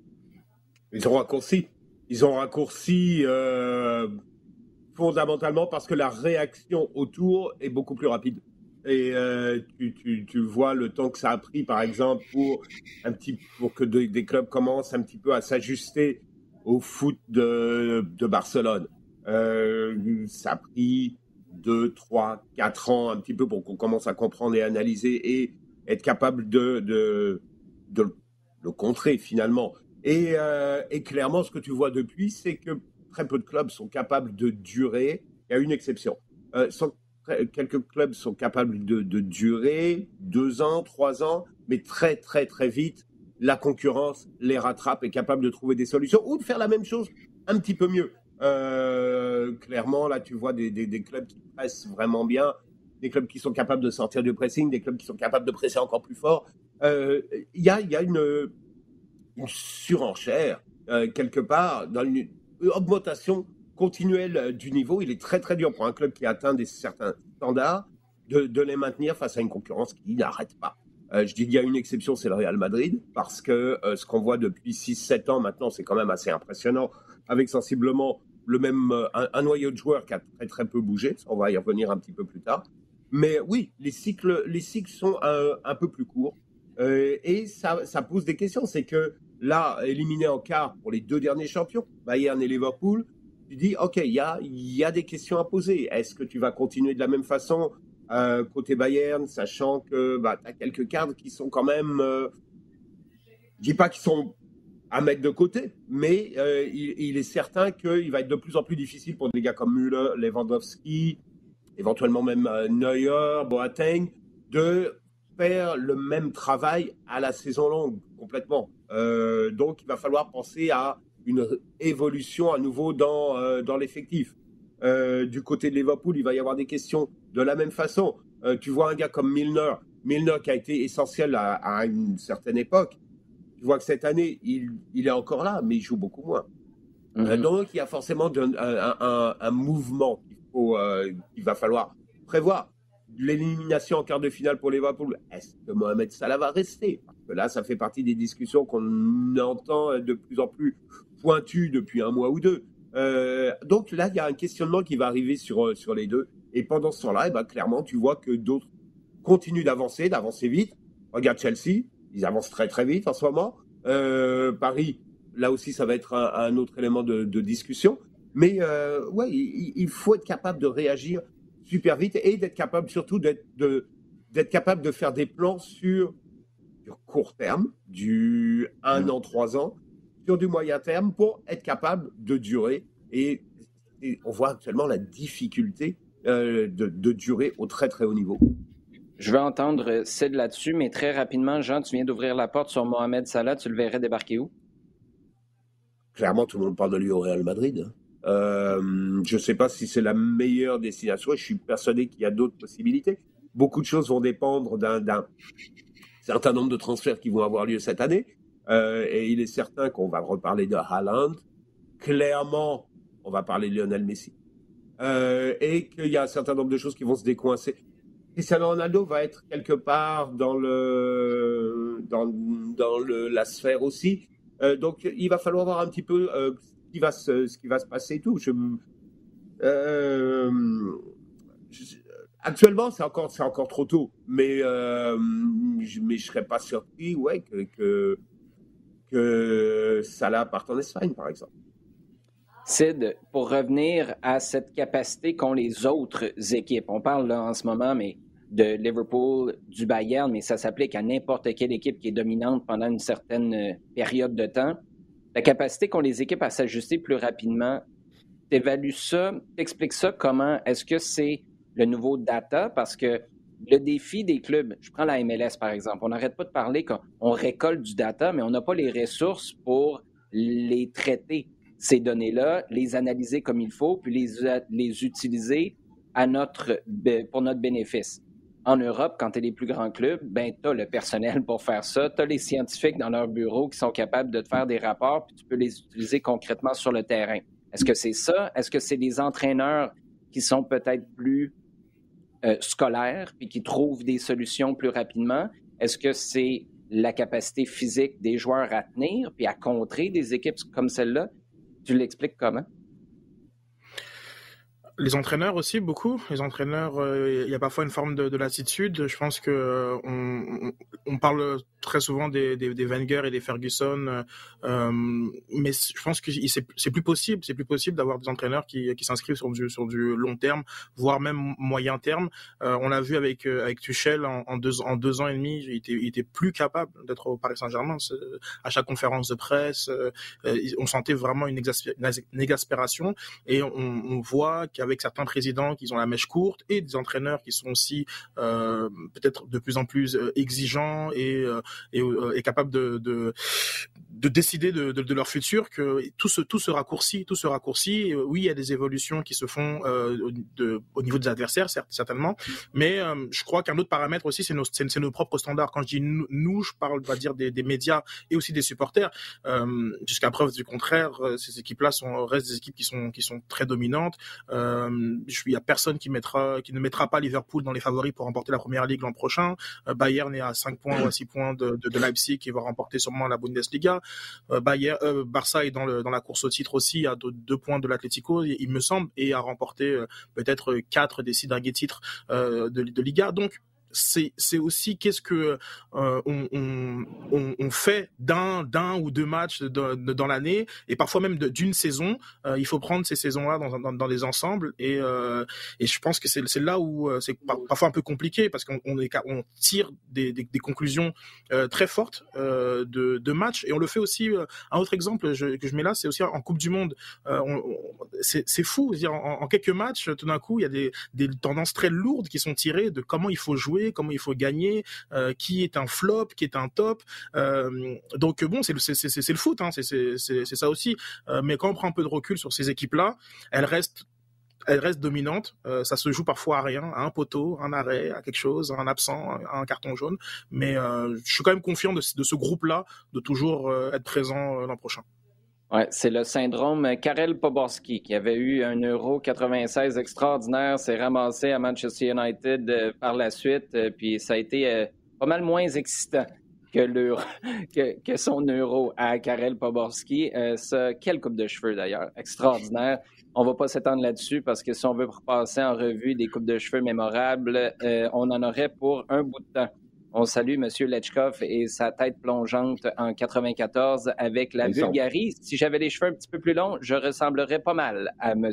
Ils ont raccourci. Ils ont raccourci euh, fondamentalement parce que la réaction autour est beaucoup plus rapide. Et euh, tu, tu, tu vois le temps que ça a pris, par exemple, pour, un petit, pour que de, des clubs commencent un petit peu à s'ajuster au foot de, de Barcelone. Euh, ça a pris deux, trois, quatre ans, un petit peu pour qu'on commence à comprendre et analyser et être capable de, de, de le contrer finalement. Et, euh, et clairement, ce que tu vois depuis, c'est que très peu de clubs sont capables de durer. Il y a une exception. Euh, sont, quelques clubs sont capables de, de durer deux ans, trois ans, mais très, très, très vite, la concurrence les rattrape, est capable de trouver des solutions ou de faire la même chose un petit peu mieux. Euh, clairement, là, tu vois des, des, des clubs qui pressent vraiment bien, des clubs qui sont capables de sortir du pressing, des clubs qui sont capables de presser encore plus fort. Il euh, y, a, y a une, une surenchère, euh, quelque part, dans une, une augmentation continuelle du niveau. Il est très, très dur pour un club qui atteint des certains standards de, de les maintenir face à une concurrence qui n'arrête pas. Euh, je dis qu'il y a une exception, c'est le Real Madrid, parce que euh, ce qu'on voit depuis six sept ans maintenant, c'est quand même assez impressionnant, avec sensiblement le même, euh, un, un noyau de joueurs qui a très très peu bougé. On va y revenir un petit peu plus tard. Mais oui, les cycles, les cycles sont un, un peu plus courts. Euh, et ça, ça pose des questions. C'est que là, éliminé en quart pour les deux derniers champions, Bayern et Liverpool, tu dis, OK, il y a, y a des questions à poser. Est-ce que tu vas continuer de la même façon euh, côté Bayern, sachant que bah, tu as quelques cadres qui sont quand même, euh, je dis pas qu'ils sont à mettre de côté, mais euh, il, il est certain qu'il va être de plus en plus difficile pour des gars comme Müller, Lewandowski, éventuellement même euh, Neuer, Boateng, de faire le même travail à la saison longue, complètement. Euh, donc, il va falloir penser à une évolution à nouveau dans, euh, dans l'effectif. Euh, du côté de Liverpool, il va y avoir des questions de la même façon. Euh, tu vois un gars comme Milner, Milner qui a été essentiel à, à une certaine époque. Tu vois que cette année, il, il est encore là, mais il joue beaucoup moins. Mm-hmm. Euh, donc, il y a forcément un, un, un, un mouvement qu'il faut, euh, qu'il va falloir prévoir. L'élimination en quart de finale pour Liverpool, est-ce que Mohamed Salah va rester? Parce que là, ça fait partie des discussions qu'on entend de plus en plus pointues depuis un mois ou deux. Euh, donc là, il y a un questionnement qui va arriver sur, sur les deux. Et pendant ce temps-là, eh ben, clairement, tu vois que d'autres continuent d'avancer, d'avancer vite. Regarde Chelsea, ils avancent très très vite en ce moment. Euh, Paris, là aussi, ça va être un, un autre élément de, de discussion. Mais euh, ouais, il, il faut être capable de réagir super vite et d'être capable surtout d'être, de, d'être capable de faire des plans sur, sur court terme, du un mmh. an, trois ans, sur du moyen terme pour être capable de durer. Et, et on voit actuellement la difficulté euh, de, de durer au très très haut niveau. Je veux entendre Sid là-dessus, mais très rapidement, Jean, tu viens d'ouvrir la porte sur Mohamed Salah, tu le verrais débarquer où? Clairement, tout le monde parle de lui au Real Madrid. Euh, je ne sais pas si c'est la meilleure destination et je suis persuadé qu'il y a d'autres possibilités. Beaucoup de choses vont dépendre d'un, d'un certain nombre de transferts qui vont avoir lieu cette année. Euh, et il est certain qu'on va reparler de Haaland. Clairement, on va parler de Lionel Messi. Euh, et qu'il y a un certain nombre de choses qui vont se décoincer. Cristiano Ronaldo va être quelque part dans, le, dans, dans le, la sphère aussi. Euh, donc, il va falloir voir un petit peu euh, ce, qui va se, ce qui va se passer et tout. Je, euh, je, actuellement, c'est encore, c'est encore trop tôt. Mais, euh, je ne serais pas surpris ouais, que, que, que Salah parte en Espagne, par exemple. Sid, pour revenir à cette capacité qu'ont les autres équipes, on parle là en ce moment mais de Liverpool, du Bayern, mais ça s'applique à n'importe quelle équipe qui est dominante pendant une certaine période de temps. La capacité qu'ont les équipes à s'ajuster plus rapidement, t'évalues ça, t'expliques ça comment? Est-ce que c'est le nouveau data? Parce que le défi des clubs, je prends la M L S par exemple, on n'arrête pas de parler qu'on récolte du data, mais on n'a pas les ressources pour les traiter, ces données-là, les analyser comme il faut, puis les, les utiliser à notre, pour notre bénéfice. En Europe, quand tu es les plus grands clubs, ben, tu as le personnel pour faire ça, tu as les scientifiques dans leur bureau qui sont capables de te faire des rapports, puis tu peux les utiliser concrètement sur le terrain. Est-ce que c'est ça? Est-ce que c'est les entraîneurs qui sont peut-être plus euh, scolaires puis qui trouvent des solutions plus rapidement? Est-ce que c'est la capacité physique des joueurs à tenir puis à contrer des équipes comme celle-là? Tu l'expliques comment? Les entraîneurs aussi, beaucoup. Les entraîneurs, euh, il y a parfois une forme de, de lassitude. Je pense que euh, on, on parle très souvent des, des, des Wenger et des Ferguson, euh, mais je pense que c'est, c'est plus possible. C'est plus possible d'avoir des entraîneurs qui, qui s'inscrivent sur du, sur du long terme, voire même moyen terme. Euh, on l'a vu avec avec Tuchel en, en deux en deux ans et demi, il était, il était plus capable d'être au Paris Saint-Germain. C'est, à chaque conférence de presse, euh, on sentait vraiment une, exaspé- une exaspération, et on, on voit qu'avec avec certains présidents qui ont la mèche courte et des entraîneurs qui sont aussi euh, peut-être de plus en plus euh, exigeants et, euh, et, euh, et capables de, de, de décider de, de, de leur futur, que tout se, tout se raccourcit, tout se raccourcit. Et, oui, il y a des évolutions qui se font euh, de, au niveau des adversaires, certes, certainement, mais euh, je crois qu'un autre paramètre aussi, c'est nos, c'est, c'est nos propres standards. Quand je dis nous, nous je parle, on va dire, des, des médias et aussi des supporters. Euh, jusqu'à preuve du contraire, ces équipes-là sont, restent des équipes qui sont, qui sont très dominantes. Euh, Il y a personne qui mettra, qui ne mettra pas Liverpool dans les favoris pour remporter la Première Ligue l'an prochain. Euh, Bayern est à cinq points ou à six points de, de, de Leipzig, qui va remporter sûrement la Bundesliga. Euh, Bayern, euh, Barça est dans, le, dans la course au titre aussi, à deux, deux points de l'Atlético, il me semble, et a remporté euh, peut-être quatre des six derniers titres euh, de, de Liga. Donc c'est c'est aussi qu'est-ce que euh, on, on on on fait d'un d'un ou deux matchs de, de, dans l'année, et parfois même de, d'une saison. Euh, il faut prendre ces saisons-là dans dans, dans des ensembles, et euh, et je pense que c'est c'est là où euh, c'est par, parfois un peu compliqué, parce qu'on on est on tire des des, des conclusions euh, très fortes euh, de de matchs, et on le fait aussi. Euh, un autre exemple je, que je mets là, c'est aussi en Coupe du Monde. Euh, on, on, c'est c'est fou, dire en, en quelques matchs, tout d'un coup il y a des des tendances très lourdes qui sont tirées de comment il faut jouer, comment il faut gagner, euh, qui est un flop, qui est un top. Euh, donc bon, c'est, c'est, c'est, c'est le foot, hein, c'est, c'est, c'est, c'est ça aussi. Euh, mais quand on prend un peu de recul sur ces équipes-là, elles restent elles restent dominantes. Euh, ça se joue parfois à rien, à un poteau, un arrêt, à quelque chose, à un absent, à un carton jaune. Mais euh, je suis quand même confiant de, de ce groupe-là, de toujours euh, être présent euh, l'an prochain. Ouais, c'est le syndrome Karel Poborski, qui avait eu un Euro quatre-vingt-seize extraordinaire, s'est ramassé à Manchester United euh, par la suite, euh, puis ça a été euh, pas mal moins excitant que, l'euro, que, que son Euro à Karel Poborski. Euh, ça, quelle coupe de cheveux d'ailleurs, extraordinaire. On va pas s'étendre là-dessus, parce que si on veut repasser en revue des coupes de cheveux mémorables, euh, on en aurait pour un bout de temps. On salue M. Lechkov et sa tête plongeante en quatre-vingt-quatorze avec la Bulgarie. Si j'avais les cheveux un petit peu plus longs, je ressemblerais pas mal à M.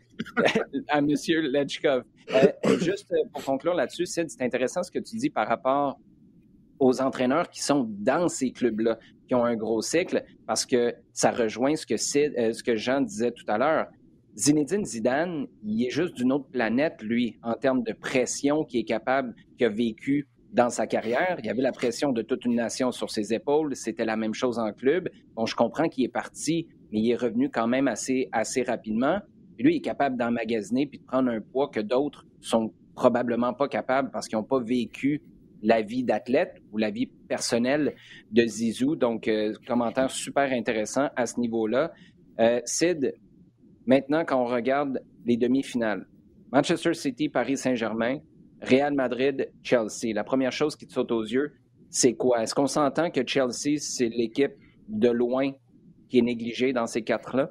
à M. Lechkov. Euh, juste pour conclure là-dessus, Sid, c'est intéressant ce que tu dis par rapport aux entraîneurs qui sont dans ces clubs-là, qui ont un gros cycle, parce que ça rejoint ce que, Sid, euh, ce que Jean disait tout à l'heure. Zinedine Zidane, il est juste d'une autre planète, lui, en termes de pression qu'il est capable, qu'il a vécu dans sa carrière. Il y avait la pression de toute une nation sur ses épaules. C'était la même chose en club. Bon, je comprends qu'il est parti, mais il est revenu quand même assez, assez rapidement. Puis lui, il est capable d'emmagasiner puis de prendre un poids que d'autres sont probablement pas capables, parce qu'ils n'ont pas vécu la vie d'athlète ou la vie personnelle de Zizou. Donc, euh, commentaire super intéressant à ce niveau-là. Euh, Sid, maintenant, quand on regarde les demi-finales, Manchester City, Paris Saint-Germain, Real Madrid, Chelsea. La première chose qui te saute aux yeux, c'est quoi? Est-ce qu'on s'entend que Chelsea, c'est l'équipe de loin qui est négligée dans ces quatre-là?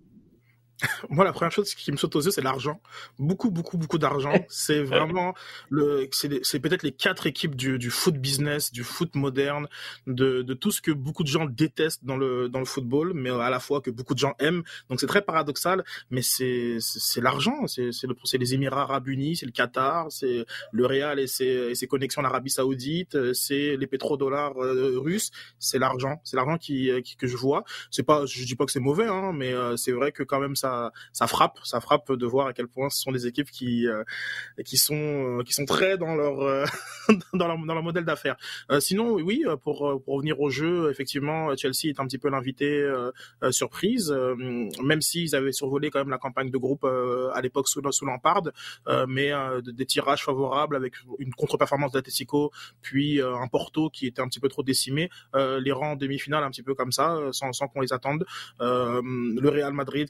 Moi, la première chose qui me saute aux yeux, c'est l'argent. Beaucoup, beaucoup, beaucoup d'argent. C'est vraiment le, c'est, les, c'est peut-être les quatre équipes du, du foot business, du foot moderne, de, de tout ce que beaucoup de gens détestent dans le, dans le football, mais à la fois que beaucoup de gens aiment. Donc c'est très paradoxal, mais c'est, c'est, c'est l'argent. C'est, c'est, le, c'est les Émirats Arabes Unis, c'est le Qatar, c'est le Real et ses, et ses connexions en Arabie Saoudite, c'est les pétrodollars euh, russes. C'est l'argent. C'est l'argent qui, qui, que je vois. C'est pas, je dis pas que c'est mauvais, hein, mais euh, c'est vrai que quand même ça, Ça, ça frappe, ça frappe de voir à quel point ce sont des équipes qui euh, qui sont euh, qui sont très dans leur euh, dans leur dans leur modèle d'affaires. Euh, sinon, oui, pour pour revenir au jeu, effectivement, Chelsea est un petit peu l'invité euh, euh, surprise, euh, même s'ils avaient survolé quand même la campagne de groupe euh, à l'époque sous sous Lampard, euh, mais euh, des tirages favorables avec une contre-performance d'Atletico, puis euh, un Porto qui était un petit peu trop décimé, euh, les rangs en demi-finale un petit peu comme ça, sans sans qu'on les attende. Euh, le Real Madrid qui qui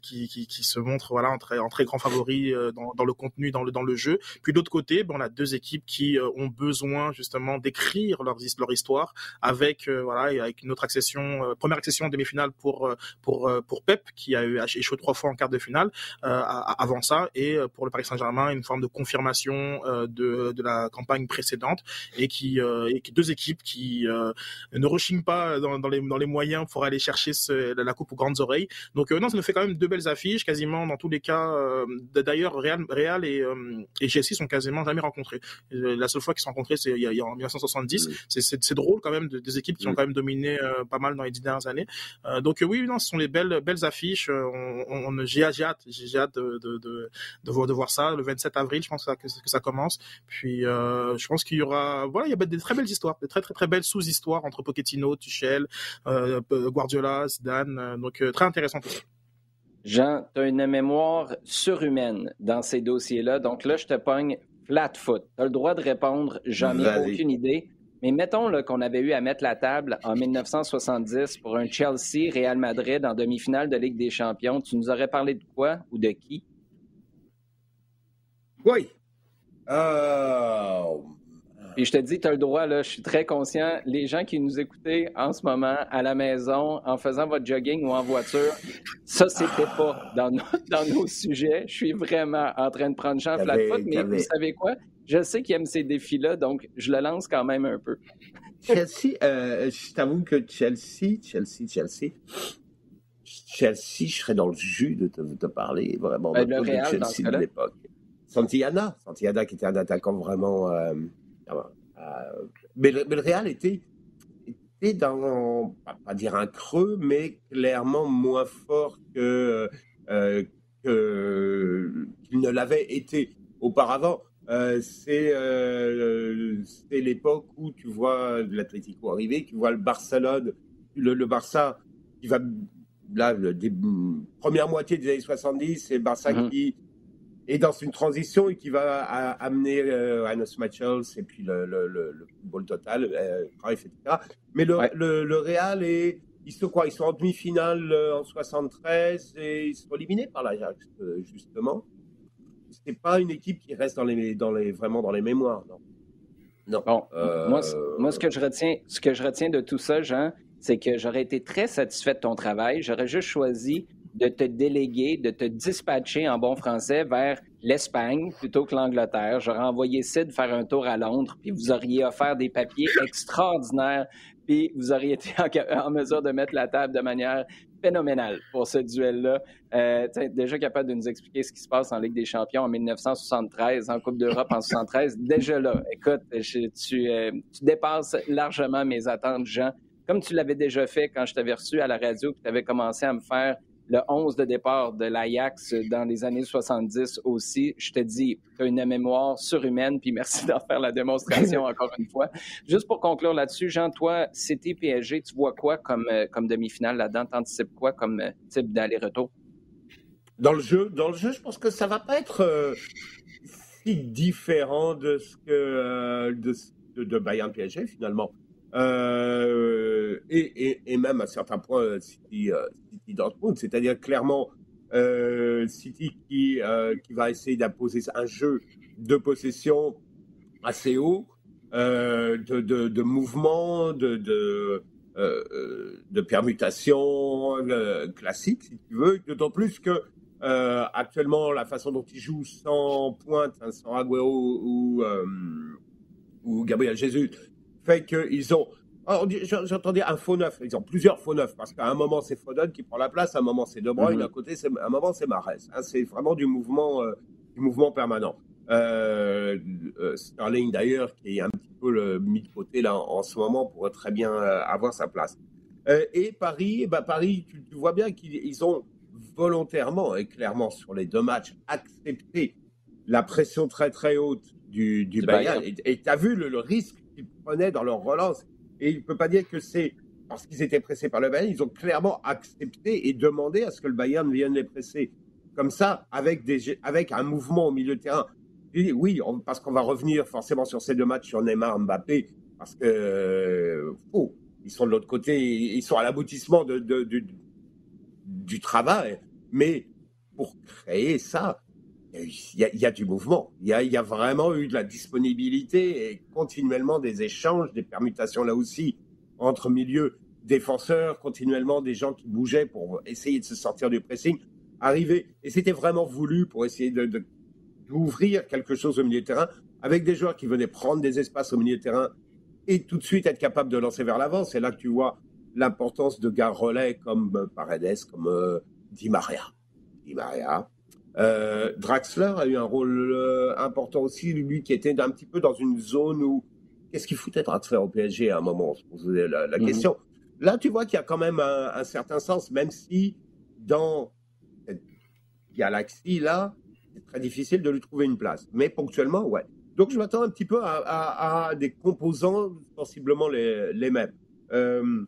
qui, qui se montrent voilà en très, en très grand favori euh, dans, dans le contenu, dans le dans le jeu. Puis de l'autre côté, ben, on a deux équipes qui euh, ont besoin justement d'écrire leur leur histoire avec euh, voilà avec une autre accession, euh, première accession en demi-finale pour pour pour Pep qui a eu échoué trois fois en quart de finale euh, avant ça, et pour le Paris Saint-Germain une forme de confirmation euh, de de la campagne précédente, et qui euh, et qui deux équipes qui euh, ne rechignent pas dans, dans les dans les moyens pour aller chercher ce, la coupe aux grandes oreilles. Donc euh, non, ça nous fait quand même deux belles affiches, quasiment dans tous les cas. Euh, d'ailleurs, Real, Real et, euh, et Chelsea sont quasiment jamais rencontrés. La seule fois qu'ils se sont rencontrés, c'est il y a, il y a en dix-neuf cent soixante-dix. Mmh. C'est, c'est, c'est drôle quand même de, des équipes qui mmh. ont quand même dominé euh, pas mal dans les dix dernières années. Euh, donc euh, oui, non, ce sont les belles belles affiches. On, on, on j'ai, j'ai hâte, j'ai hâte de de, de de voir de voir ça le vingt-sept avril. Je pense que ça, que, que ça commence. Puis euh, je pense qu'il y aura voilà, il y a des très belles histoires, des très très très belles sous-histoires entre Pochettino, Tuchel, euh, Guardiola, Zidane. Euh, donc euh, très intéressant tout ça. Jean, tu as une mémoire surhumaine dans ces dossiers-là. Donc là, je te pogne flat foot. Tu as le droit de répondre, j'en ai Vas-y. aucune idée. Mais mettons là, qu'on avait eu à mettre la table en dix-neuf cent soixante-dix pour un Chelsea-Real Madrid en demi-finale de Ligue des Champions. Tu nous aurais parlé de quoi ou de qui? Oui. Euh... Et je te dis, tu as le droit, là, je suis très conscient. Les gens qui nous écoutaient en ce moment, à la maison, en faisant votre jogging ou en voiture, ça, c'était pas dans nos, dans nos sujets. Je suis vraiment en train de prendre Jean flat foot, mais vous savez quoi? Je sais qu'il aime ces défis-là, donc je le lance quand même un peu. Chelsea, euh, je t'avoue que Chelsea, Chelsea, Chelsea, Chelsea, je serais dans le jus de te, de te parler vraiment ben, le Real, de Chelsea de l'époque. Santillana, Santillana qui était un attaquant vraiment... Euh, Euh, mais, le, mais le Real était, était dans, pas, pas dire un creux, mais clairement moins fort que, euh, que, qu'il ne l'avait été auparavant. Euh, c'est, euh, c'est l'époque où tu vois l'Atlético arriver, tu vois le Barcelone, le, le Barça qui va, là, le, des, première moitié des années soixante-dix, c'est le Barça mm-hmm. qui et dans une transition et qui va à, amener euh, Hannes Mitchell et puis le, le, le, le football total, euh, Cruyff, et cetera. Mais le, ouais. le, le Real, est, ils, sont quoi, ils sont en demi-finale euh, en soixante-treize et ils sont éliminés par l'Ajax, euh, justement. C'est pas une équipe qui reste dans les, dans les, vraiment dans les mémoires, non. non. Bon, euh, moi, moi ce, que je retiens, ce que je retiens de tout ça, Jean, c'est que j'aurais été très satisfait de ton travail. J'aurais juste choisi de te déléguer, de te dispatcher en bon français vers l'Espagne plutôt que l'Angleterre. J'aurais envoyé Sid faire un tour à Londres, puis vous auriez offert des papiers extraordinaires, puis vous auriez été en, en mesure de mettre la table de manière phénoménale pour ce duel-là. Euh, déjà capable de nous expliquer ce qui se passe en Ligue des Champions en dix-neuf cent soixante-treize, en Coupe d'Europe en soixante-treize. Déjà là, écoute, je, tu, euh, tu dépasses largement mes attentes, Jean. Comme tu l'avais déjà fait quand je t'avais reçu à la radio, puis tu avais commencé à me faire le onze de départ de l'Ajax dans les années soixante-dix aussi. Je te dis, tu as une mémoire surhumaine, puis merci d'en faire la démonstration encore une fois. Juste pour conclure là-dessus, Jean, toi, City P S G, tu vois quoi comme, comme demi-finale là-dedans? T'anticipes quoi comme type d'aller-retour? Dans le jeu, dans le jeu, je pense que ça va pas être euh, si différent de ce que euh, de, de, de Bayern P S G finalement. Euh, et, et, et même à certains points City, euh, City Dortmund, c'est-à-dire clairement euh, City qui, euh, qui va essayer d'imposer un jeu de possession assez haut, euh, de, de, de mouvement, de, de, euh, de permutation euh, classique, si tu veux, d'autant plus que euh, actuellement la façon dont ils jouent sans pointe, hein, sans Agüero ou, euh, ou Gabriel Jesus, fait qu'ils ont, alors, j'entends dire un faux neuf, ils ont plusieurs faux neufs, parce qu'à un moment c'est Foden qui prend la place, à un moment c'est De Bruyne, mm-hmm. à côté, c'est, à un moment c'est Mahrez. Hein, c'est vraiment du mouvement, euh, du mouvement permanent. Euh, euh, Sterling d'ailleurs, qui est un petit peu le, mis de côté là en, en ce moment, pourrait très bien euh, avoir sa place. Euh, et Paris, bah Paris, tu, tu vois bien qu'ils ils ont volontairement et clairement sur les deux matchs accepté la pression très très haute du, du, du Bayern. Bayern. Et tu as vu le, le risque qu'ils prenaient dans leur relance. Et il ne peut pas dire que c'est parce qu'ils étaient pressés par le Bayern. Ils ont clairement accepté et demandé à ce que le Bayern vienne les presser. Comme ça, avec, des, avec un mouvement au milieu de terrain. Et oui, on, parce qu'on va revenir forcément sur ces deux matchs sur Neymar, Mbappé, parce que euh, oh, ils sont de l'autre côté, ils sont à l'aboutissement de, de, de, du travail. Mais pour créer ça, il y a, il y a du mouvement. Il y a, il y a vraiment eu de la disponibilité et continuellement des échanges, des permutations là aussi entre milieux défenseurs, continuellement des gens qui bougeaient pour essayer de se sortir du pressing, arriver. Et c'était vraiment voulu pour essayer de, de, d'ouvrir quelque chose au milieu de terrain avec des joueurs qui venaient prendre des espaces au milieu de terrain et tout de suite être capable de lancer vers l'avant. C'est là que tu vois l'importance de gars relais comme euh, Paredes, comme euh, Di Maria. Di Maria. Euh, Draxler a eu un rôle euh, important aussi, lui qui était un petit peu dans une zone où qu'est-ce qu'il foutait Draxler au P S G à un moment, on se posait la, la mmh. question. Là, tu vois qu'il y a quand même un, un certain sens, même si dans cette galaxie-là, c'est très difficile de lui trouver une place. Mais ponctuellement, ouais. Donc, je m'attends un petit peu à, à, à des composants sensiblement les, les mêmes. Euh,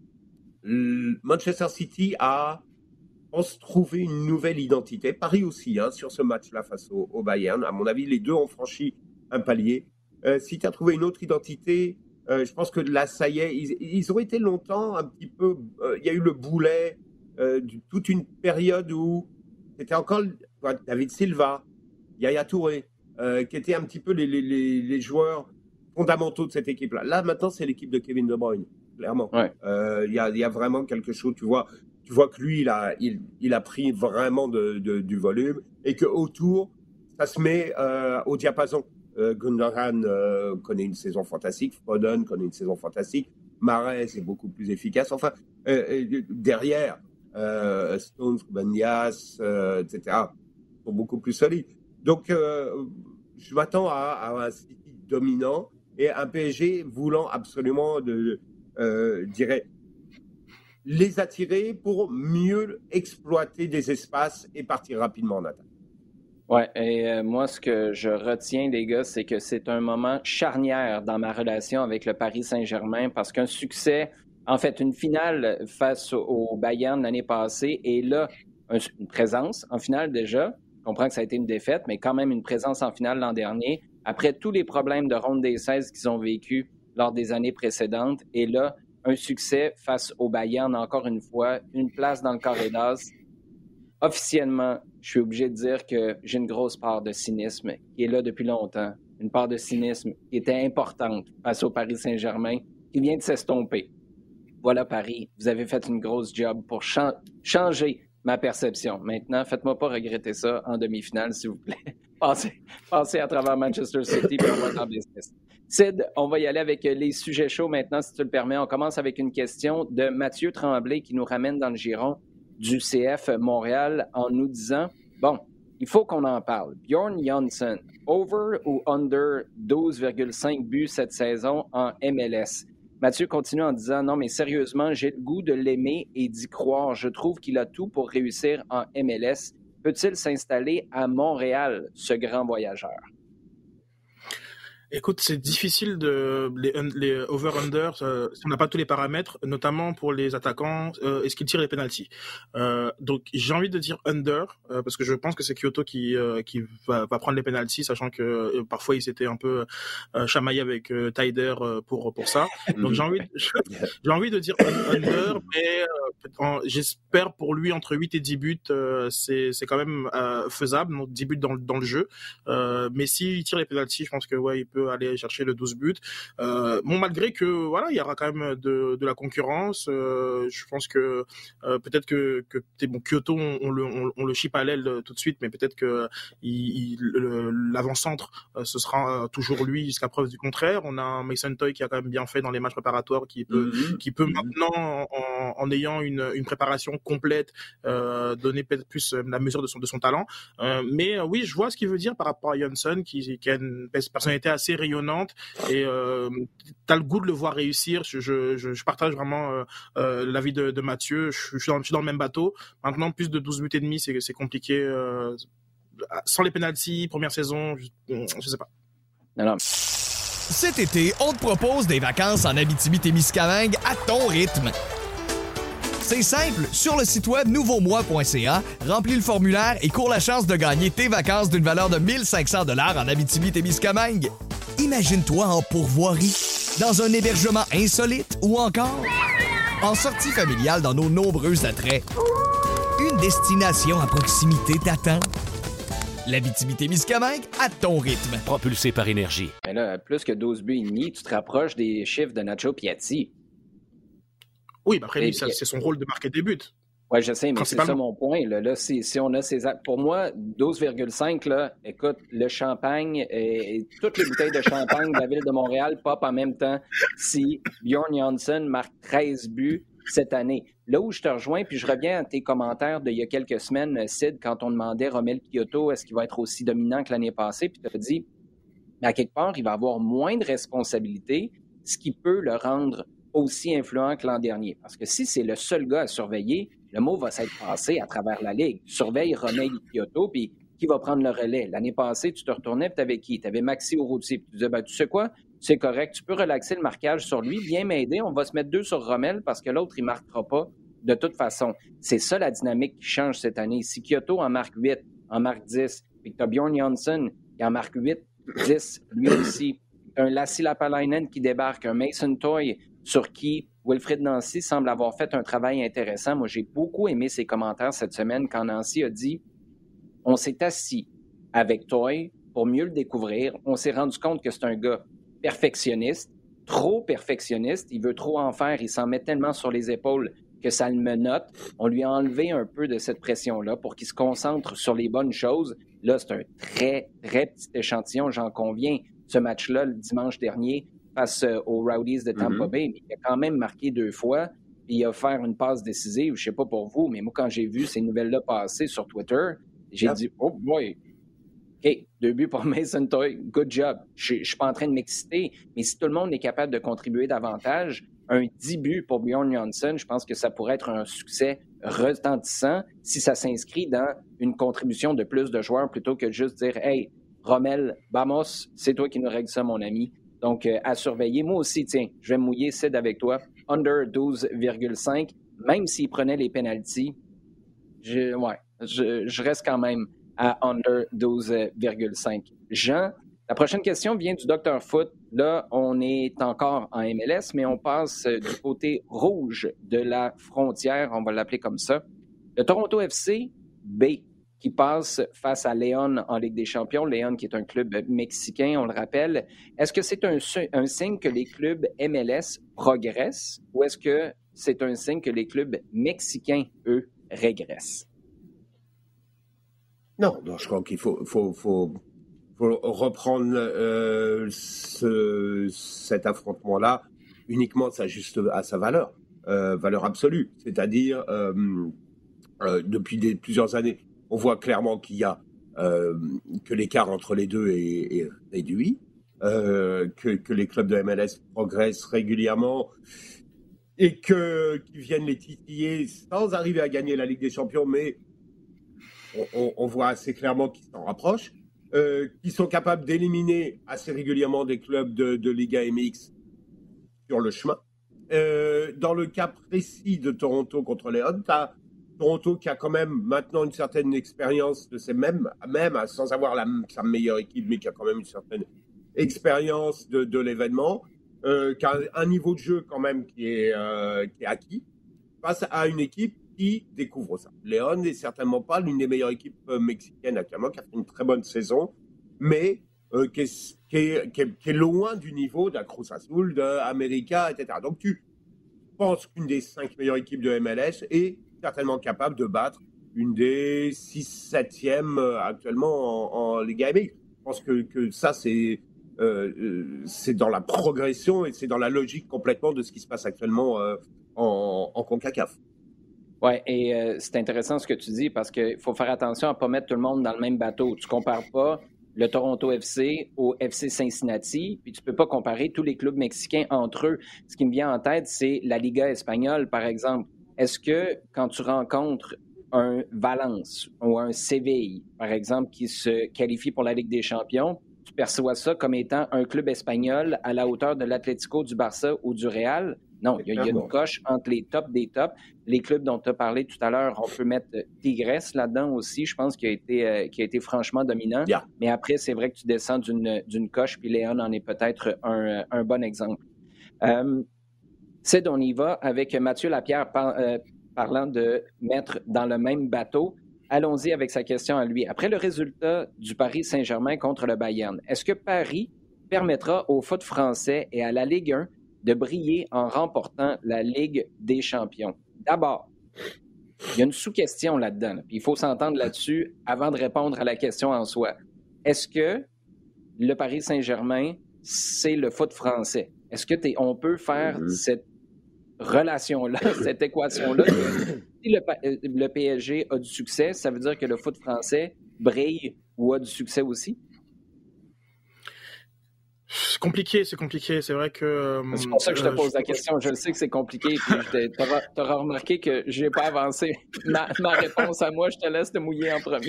Manchester City a, je pense, trouvé une nouvelle identité. Paris aussi, hein, sur ce match-là face au, au Bayern. À mon avis, les deux ont franchi un palier. Euh, City a trouvé une autre identité. Euh, je pense que là, ça y est, ils, ils ont été longtemps un petit peu... Euh, il y a eu le boulet, euh, du, toute une période où c'était encore ouais, David Silva, Yaya Touré, euh, qui étaient un petit peu les, les, les, les joueurs fondamentaux de cette équipe-là. Là, maintenant, c'est l'équipe de Kevin De Bruyne, clairement. Il ouais. euh, y, a, y a vraiment quelque chose, tu vois, tu vois que lui, il a, il, il a pris vraiment de, de, du volume et qu'autour, ça se met euh, au diapason. Euh, Gundogan euh, connaît une saison fantastique, Foden connaît une saison fantastique, Mahrez est beaucoup plus efficace. Enfin, euh, euh, derrière, euh, Stones, Ben Dias, euh, et cetera, sont beaucoup plus solides. Donc, euh, je m'attends à, à un City dominant et un P S G voulant absolument, de, euh, je dirais, les attirer pour mieux exploiter des espaces et partir rapidement en attaque. Ouais, et euh, moi, ce que je retiens, les gars, c'est que c'est un moment charnière dans ma relation avec le Paris Saint-Germain parce qu'un succès, en fait, une finale face au Bayern l'année passée et là, un, une présence en finale déjà. Je comprends que ça a été une défaite, mais quand même une présence en finale l'an dernier. Après tous les problèmes de ronde des seize qu'ils ont vécu lors des années précédentes et là, un succès face au Bayern, encore une fois, une place dans le carré d'as. Officiellement, je suis obligé de dire que j'ai une grosse part de cynisme qui est là depuis longtemps. Une part de cynisme qui était importante face au Paris Saint-Germain, qui vient de s'estomper. Voilà Paris, vous avez fait une grosse job pour cha- changer ma perception. Maintenant, faites-moi pas regretter ça en demi-finale, s'il vous plaît. Passez, passez à travers Manchester City et on va être en business. Sid, on va y aller avec les sujets chauds maintenant, si tu le permets. On commence avec une question de Mathieu Tremblay qui nous ramène dans le giron du C F Montréal en nous disant, bon, il faut qu'on en parle. Bjorn Johnson, over ou under douze virgule cinq buts cette saison en M L S? Mathieu continue en disant, non, mais sérieusement, j'ai le goût de l'aimer et d'y croire. Je trouve qu'il a tout pour réussir en M L S. Peut-il s'installer à Montréal, ce grand voyageur? Écoute, c'est difficile de les, les over-under euh, si on n'a pas tous les paramètres, notamment pour les attaquants. Euh, est-ce qu'ils tirent les penalties? euh, Donc, j'ai envie de dire under euh, parce que je pense que c'est Kyoto qui euh, qui va, va prendre les penalties, sachant que euh, parfois ils s'étaient un peu euh, chamaillés avec euh, Taider euh, pour pour ça. Donc j'ai envie j'ai envie de dire under, mais euh, en, j'espère pour lui entre huit et dix buts, euh, c'est c'est quand même euh, faisable. Donc dix buts dans dans le jeu. Euh, mais s'il tire les penalties, je pense que ouais, il peut aller chercher le douze buts. Euh, bon, malgré que voilà, il y aura quand même de, de la concurrence. Euh, je pense que euh, peut-être que que t'es bon, Kyoto, on, on le on, on le chip à l'aile tout de suite, mais peut-être que il, il, le, l'avant-centre euh, ce sera toujours lui jusqu'à preuve du contraire. On a un Mason Toy qui a quand même bien fait dans les matchs préparatoires, qui peut mmh. qui peut mmh. maintenant en, en ayant une une préparation complète euh, donner peut-être plus la mesure de son de son talent. Euh, mais euh, oui, je vois ce qu'il veut dire par rapport à Johnson qui qui a une personnalité assez rayonnante et euh, t'as le goût de le voir réussir. Je, je, je partage vraiment euh, euh, l'avis de, de Mathieu. Je, je, suis dans, je suis dans le même bateau. Maintenant, plus de douze buts et demi, c'est, c'est compliqué. Euh, sans les pénaltys, première saison, je, je sais pas. Alors. Cet été, on te propose des vacances en Abitibi-Témiscamingue à ton rythme. C'est simple, sur le site web nouveau moi point c a, remplis le formulaire et cours la chance de gagner tes vacances d'une valeur de mille cinq cents dollars en Abitibi-Témiscamingue. Imagine-toi en pourvoirie, dans un hébergement insolite ou encore en sortie familiale dans nos nombreux attraits. Une destination à proximité t'attend. L'Abitibi-Témiscamingue à ton rythme. Propulsé par Énergie. Mais là, plus que douze buts et demi, tu te rapproches des chiffres de Nacho Piatti. Oui, mais après, lui, ça, c'est son rôle de marquer des buts. Oui, je sais, mais c'est ça mon point. Là, là si, si on a ces... Pour moi, douze virgule cinq, là, écoute, le champagne et, et toutes les bouteilles de champagne de la ville de Montréal pop en même temps si Bjorn Janssen marque treize buts cette année. Là où je te rejoins, puis je reviens à tes commentaires d'il y a quelques semaines, Sid, quand on demandait Romel Kyoto, est-ce qu'il va être aussi dominant que l'année passée? Puis tu as dit, mais à quelque part, il va avoir moins de responsabilités, ce qui peut le rendre aussi influent que l'an dernier. Parce que si c'est le seul gars à surveiller, le mot va s'être passé à travers la Ligue. Surveille Romel Kyoto, puis qui va prendre le relais? L'année passée, tu te retournais, puis t'avais qui? T'avais Maxi Urruti, puis tu disais, ben, tu sais quoi? C'est correct, tu peux relaxer le marquage sur lui, viens m'aider, on va se mettre deux sur Romel parce que l'autre, il ne marquera pas de toute façon. C'est ça la dynamique qui change cette année. Si Kyoto en marque huit, en marque dix, puis que tu as Bjorn Janssen qui en marque huit, dix, lui aussi, un Lassi Lapalainen qui débarque, un Mason Toy sur qui Wilfried Nancy semble avoir fait un travail intéressant. Moi, j'ai beaucoup aimé ses commentaires cette semaine quand Nancy a dit « On s'est assis avec Toy pour mieux le découvrir. On s'est rendu compte que c'est un gars perfectionniste, trop perfectionniste, il veut trop en faire, il s'en met tellement sur les épaules que ça le menotte. On lui a enlevé un peu de cette pression-là pour qu'il se concentre sur les bonnes choses. Là, c'est un très, très petit échantillon, j'en conviens. Ce match-là, le dimanche dernier, face aux Rowdies de Tampa mm-hmm. Bay, mais il a quand même marqué deux fois, puis il a fait une passe décisive, je sais pas pour vous, mais moi, quand j'ai vu ces nouvelles-là passer sur Twitter, j'ai yep. dit « Oh boy! » OK, deux buts pour Mason Toy, good job. Je ne suis pas en train de m'exciter, mais si tout le monde est capable de contribuer davantage, un dix buts pour Bjorn Janssen, je pense que ça pourrait être un succès retentissant si ça s'inscrit dans une contribution de plus de joueurs plutôt que de juste dire « Hey, Romel, vamos, c'est toi qui nous règle ça, mon ami. » Donc, euh, à surveiller. Moi aussi, tiens, je vais me mouiller, Sid, avec toi. Under douze virgule cinq, même s'il prenait les pénaltys, je, ouais, je, je reste quand même à under douze virgule cinq. Jean, la prochaine question vient du docteur Foot. Là, on est encore en M L S, mais on passe du côté rouge de la frontière, on va l'appeler comme ça. Le Toronto F C B, qui passe face à León en Ligue des Champions. León qui est un club mexicain, on le rappelle. Est-ce que c'est un, un signe que les clubs M L S progressent ou est-ce que c'est un signe que les clubs mexicains, eux, régressent? Non, non, je crois qu'il faut, faut, faut, faut reprendre euh, ce, cet affrontement-là uniquement sa juste, à sa valeur, euh, valeur absolue. C'est-à-dire, euh, euh, depuis des, plusieurs années, on voit clairement qu'il y a euh, que l'écart entre les deux est, est réduit, euh, que, que les clubs de M L S progressent régulièrement et que, qu'ils viennent les titiller sans arriver à gagner la Ligue des Champions, mais on, on, on voit assez clairement qu'ils s'en rapprochent, euh, qu'ils sont capables d'éliminer assez régulièrement des clubs de, de Liga M X sur le chemin. Euh, dans le cas précis de Toronto contre León, tu as Toronto qui a quand même maintenant une certaine expérience de ces mêmes, même sans avoir la, sa meilleure équipe, mais qui a quand même une certaine expérience de, de l'événement, euh, qui a un niveau de jeu quand même qui est, euh, qui est acquis, face à une équipe qui découvre ça. León n'est certainement pas l'une des meilleures équipes mexicaines actuellement, qui a fait une très bonne saison, mais euh, qui, est, qui, est, qui, est, qui est loin du niveau d'un Cruz Azul, d'América, et cetera. Donc tu penses qu'une des cinq meilleures équipes de M L S est certainement capable de battre une des six septièmes actuellement en, en Liga M X. Je pense que, que ça, c'est, euh, c'est dans la progression et c'est dans la logique complètement de ce qui se passe actuellement euh, en, en CONCACAF. Oui, et euh, c'est intéressant ce que tu dis parce qu'il faut faire attention à ne pas mettre tout le monde dans le même bateau. Tu ne compares pas le Toronto F C au F C Cincinnati, puis tu ne peux pas comparer tous les clubs mexicains entre eux. Ce qui me vient en tête, c'est la Liga espagnole, par exemple. Est-ce que quand tu rencontres un Valence ou un Séville, par exemple, qui se qualifie pour la Ligue des Champions, tu perçois ça comme étant un club espagnol à la hauteur de l'Atlético, du Barça ou du Real? Non, il y, y a une coche entre les tops des tops. Les clubs dont tu as parlé tout à l'heure, on peut mettre Tigres là-dedans aussi, je pense, qu'il a été, euh, qui a été franchement dominant. Yeah. Mais après, c'est vrai que tu descends d'une, d'une coche, puis León en est peut-être un, un bon exemple. Euh, C'est on y va avec Mathieu Lapierre. Euh, parlant de mettre dans le même bateau. Allons-y avec sa question à lui. Après le résultat du Paris Saint-Germain contre le Bayern, est-ce que Paris permettra au foot français et à la Ligue un de briller en remportant la Ligue des champions? D'abord, il y a une sous-question là-dedans. Puis il faut s'entendre là-dessus avant de répondre à la question en soi. Est-ce que le Paris Saint-Germain, c'est le foot français? Est-ce que t'es, on peut faire mm-hmm. cette relation-là, cette équation-là? Si le, le P S G a du succès, ça veut dire que le foot français brille ou a du succès aussi? C'est compliqué, c'est compliqué. C'est vrai que... C'est pour ça que je te pose euh, la je... question. Je le sais que c'est compliqué. Tu auras remarqué que je n'ai pas avancé ma, ma réponse à moi. Je te laisse te mouiller en premier.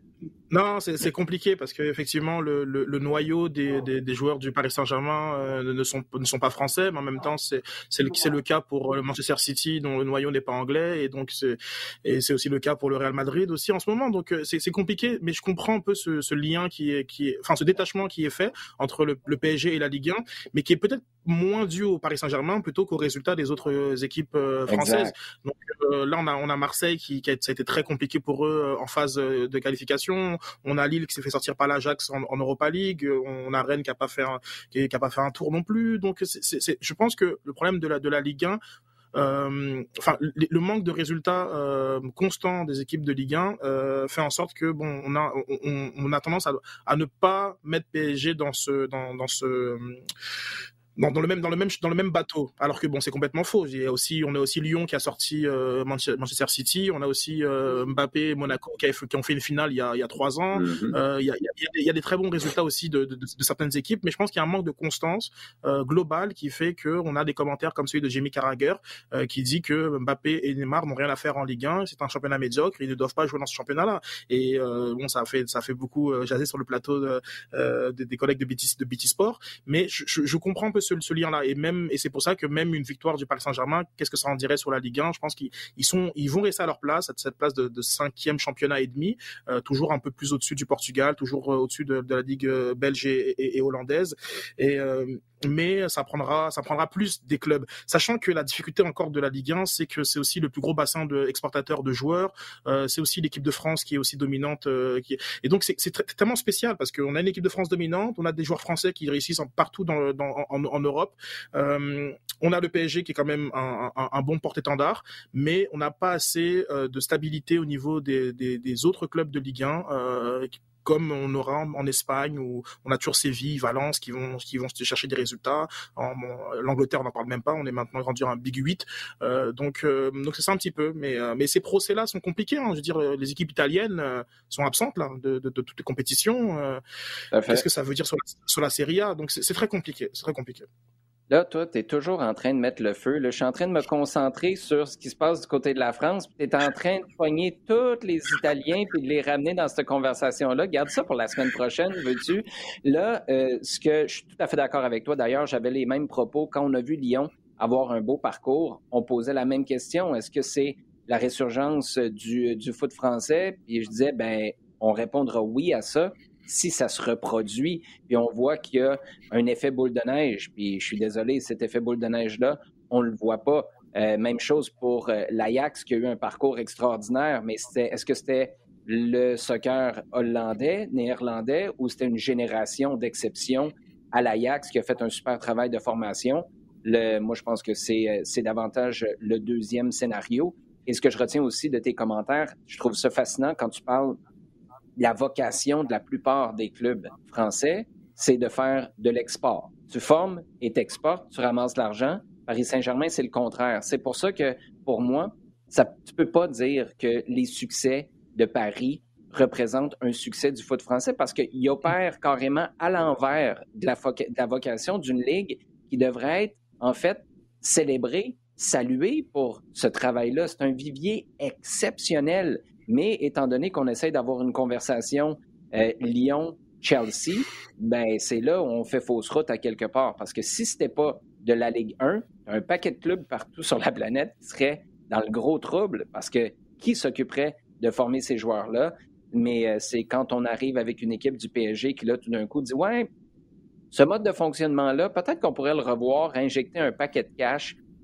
Non, c'est, c'est compliqué parce qu'effectivement, le, le, le noyau des, des, des joueurs du Paris Saint-Germain euh, ne, sont, ne sont pas français, mais en même temps, c'est, c'est, le, c'est le cas pour le Manchester City, dont le noyau n'est pas anglais, et donc c'est, et c'est aussi le cas pour le Real Madrid aussi en ce moment. Donc c'est, c'est compliqué, mais je comprends un peu ce, ce lien qui est, qui est, enfin ce détachement qui est fait entre le, le P S G et la Ligue un, mais qui est peut-être moins dû au Paris Saint-Germain plutôt qu'aux résultats des autres équipes euh, françaises. Exact. Donc euh, là, on a, on a Marseille qui, qui a, ça a été très compliqué pour eux en phase de qualification. On a Lille qui s'est fait sortir par l'Ajax en, en Europa League. On a Rennes qui a pas fait un, qui, qui a pas fait un tour non plus. Donc, c'est, c'est, c'est, je pense que le problème de la de la Ligue un, euh, enfin, le, le manque de résultats euh, constants des équipes de Ligue un euh, fait en sorte que bon, on a on, on a tendance à, à ne pas mettre P S G dans ce dans dans ce Dans, dans le même dans le même dans le même bateau, alors que bon, c'est complètement faux. Il y a aussi on a aussi Lyon qui a sorti euh, Manchester City, on a aussi euh, Mbappé, Monaco qui, a, qui ont fait une finale il y a il y a trois ans. Mm-hmm. Euh, il y a il y a, il y a des très bons résultats aussi de, de, de, de certaines équipes, mais je pense qu'il y a un manque de constance euh, globale qui fait que on a des commentaires comme celui de Jamie Carragher euh, qui dit que Mbappé et Neymar n'ont rien à faire en Ligue un, c'est un championnat médiocre, ils ne doivent pas jouer dans ce championnat-là. Et euh, bon, ça a fait ça a fait beaucoup euh, jaser sur le plateau de, euh, des, des collègues de B T de B T Sport, mais je, je, je comprends un peu ce, ce lien-là, et même et c'est pour ça que même une victoire du Paris Saint-Germain, qu'est-ce que ça en dirait sur la Ligue un? Je pense qu'ils ils sont ils vont rester à leur place, à cette place de, de cinquième championnat et demi, euh, toujours un peu plus au-dessus du Portugal, toujours euh, au-dessus de, de la Ligue belge et, et, et hollandaise, et euh, mais ça prendra ça prendra plus des clubs, sachant que la difficulté encore de la Ligue un, c'est que c'est aussi le plus gros bassin de exportateurs de joueurs, euh, c'est aussi l'équipe de France qui est aussi dominante, euh, qui est... et donc c'est, c'est très, tellement spécial parce qu'on a une équipe de France dominante, on a des joueurs français qui réussissent en, partout dans, dans en, en Europe, euh, on a le P S G qui est quand même un, un, un bon porte-étendard, mais on n'a pas assez euh, de stabilité au niveau des, des, des autres clubs de Ligue un, euh, comme on aura en, en Espagne, où on a toujours Séville, Valence qui vont qui vont chercher des résultats. En, en, L'Angleterre, on n'en parle même pas, on est maintenant rendu à un Big huit. Euh, donc euh, donc c'est ça un petit peu, mais euh, mais ces procès-là sont compliqués. Hein. Je veux dire, les équipes italiennes euh, sont absentes là de, de, de toutes les compétitions. Euh, qu'est-ce que ça veut dire sur la, sur la Serie A? Donc c'est, c'est très compliqué, c'est très compliqué. Là, toi, tu es toujours en train de mettre le feu. Là, je suis en train de me concentrer sur ce qui se passe du côté de la France. Tu es en train de poigner tous les Italiens puis de les ramener dans cette conversation-là. Garde ça pour la semaine prochaine, veux-tu? Là, euh, ce que je suis tout à fait d'accord avec toi. D'ailleurs, j'avais les mêmes propos. Quand on a vu Lyon avoir un beau parcours, on posait la même question. Est-ce que c'est la résurgence du, du foot français? Puis je disais, ben, on répondra oui à ça si ça se reproduit, puis on voit qu'il y a un effet boule de neige, puis je suis désolé, cet effet boule de neige-là, on ne le voit pas. Euh, même chose pour euh, l'Ajax, qui a eu un parcours extraordinaire, mais c'était, est-ce que c'était le soccer hollandais, néerlandais, ou c'était une génération d'exception à l'Ajax qui a fait un super travail de formation? Le, moi, je pense que c'est, c'est davantage le deuxième scénario. Et ce que je retiens aussi de tes commentaires, je trouve ça fascinant quand tu parles la vocation de la plupart des clubs français, c'est de faire de l'export. Tu formes et t'exportes, tu ramasses l'argent. Paris Saint-Germain, c'est le contraire. C'est pour ça que, pour moi, ça, tu ne peux pas dire que les succès de Paris représentent un succès du foot français parce qu'il opère carrément à l'envers de la, foca- de la vocation d'une ligue qui devrait être, en fait, célébrée, saluée pour ce travail-là. C'est un vivier exceptionnel. Mais étant donné qu'on essaie d'avoir une conversation euh, Lyon-Chelsea, ben c'est là où on fait fausse route à quelque part. Parce que si c'était pas de la Ligue un, un paquet de clubs partout sur la planète serait dans le gros trouble. Parce que qui s'occuperait de former ces joueurs-là? Mais euh, c'est quand on arrive avec une équipe du P S G qui, là, tout d'un coup, dit « Ouais, ce mode de fonctionnement-là, peut-être qu'on pourrait le revoir, injecter un paquet de cash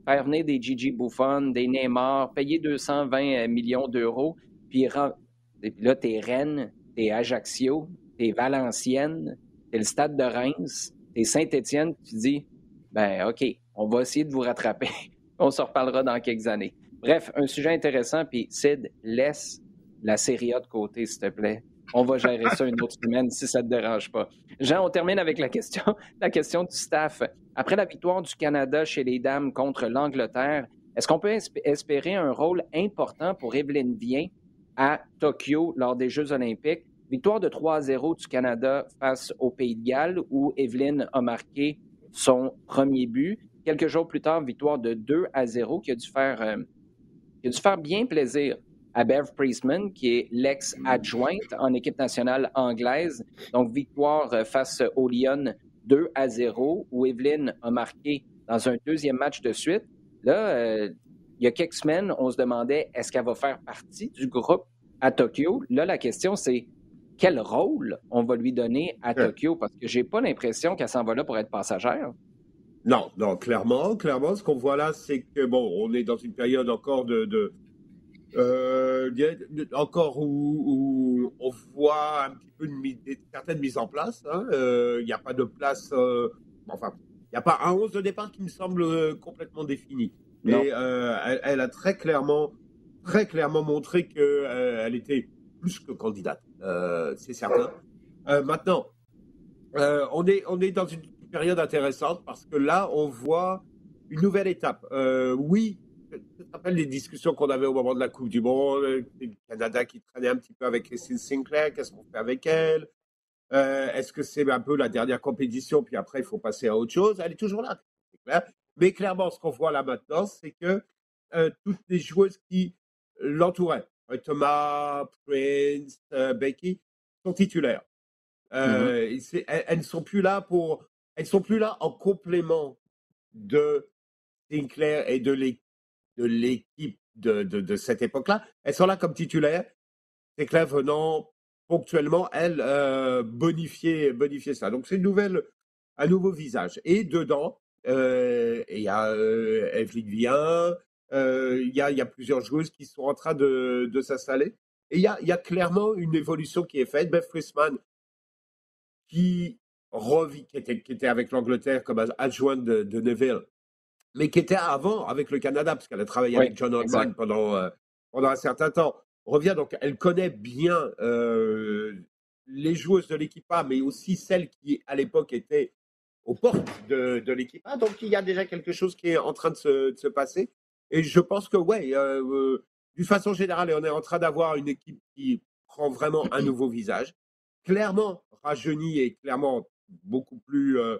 faire venir des Gigi Buffon, des Neymar, payer deux cent vingt millions d'euros, puis là, t'es Rennes, t'es Ajaccio, t'es Valenciennes, t'es le Stade de Reims, t'es Saint-Étienne, tu dis, ben OK, on va essayer de vous rattraper. On se reparlera dans quelques années. Bref, un sujet intéressant, puis Sid, laisse la Serie A de côté, s'il te plaît. On va gérer ça une autre semaine si ça ne te dérange pas. Jean, on termine avec la question, la question du staff. Après la victoire du Canada chez les dames contre l'Angleterre, est-ce qu'on peut espérer un rôle important pour Evelyne Viens à Tokyo lors des Jeux olympiques? Victoire de trois à zéro du Canada face au Pays de Galles où Evelyne a marqué son premier but. Quelques jours plus tard, victoire de deux à zéro qui a dû faire, euh, qui a dû faire bien plaisir à Bev Priestman, qui est l'ex-adjointe en équipe nationale anglaise. Donc, victoire face aux Lions deux à zéro, où Evelyne a marqué dans un deuxième match de suite. Là, euh, il y a quelques semaines, on se demandait est-ce qu'elle va faire partie du groupe à Tokyo? Là, la question, c'est quel rôle on va lui donner à Tokyo? Parce que j'ai pas l'impression qu'elle s'en va là pour être passagère. Non, non, clairement, clairement, ce qu'on voit là, c'est que, bon, on est dans une période encore de... de... Euh, encore où, où on voit un petit peu une, une certaine mise en place. Il hein. euh, n'y a pas de place... Euh, enfin, il n'y a pas un onze de départ qui me semble euh, complètement défini. Non. Et euh, elle, elle a très clairement, très clairement montré qu'elle euh, était plus que candidate. Euh, c'est certain. Euh, maintenant, euh, on, est, on est dans une période intéressante parce que là, on voit une nouvelle étape. Euh, oui, je te rappelle les discussions qu'on avait au moment de la Coupe du Monde, le Canada qui traînait un petit peu avec Christine Sinclair, qu'est-ce qu'on fait avec elle? Euh, est-ce que c'est un peu la dernière compétition, puis après, il faut passer à autre chose? Elle est toujours là, c'est clair. Mais clairement, ce qu'on voit là maintenant, c'est que euh, toutes les joueuses qui l'entouraient, Thomas, Prince, euh, Becky, sont titulaires. Euh, mm-hmm. c'est, elles, elles ne sont plus là pour... Elles sont plus là en complément de Sinclair et de l'équipe de, l'équipe de, de, de cette époque-là. Elles sont là comme titulaires. Sinclair venant ponctuellement, elle, euh, bonifier, bonifier ça. Donc, c'est une nouvelle, un nouveau visage. Et dedans, euh, il y a euh, Evelyne Viens, euh, il y, a, il y a plusieurs joueuses qui sont en train de, de s'installer. Et il y a, il y a clairement une évolution qui est faite. Bev Priestman, qui, revit, qui, était, qui était avec l'Angleterre comme adjointe de, de Neville, mais qui était avant avec le Canada, parce qu'elle a travaillé oui, avec John Hodgman pendant, euh, pendant un certain temps, revient, donc elle connaît bien euh, les joueuses de l'équipe A, mais aussi celles qui, à l'époque, étaient aux portes de, de l'équipe A. Donc, il y a déjà quelque chose qui est en train de se, de se passer. Et je pense que, ouais, euh, euh, d'une façon générale, on est en train d'avoir une équipe qui prend vraiment un nouveau visage, clairement rajeunie et clairement beaucoup plus... Euh,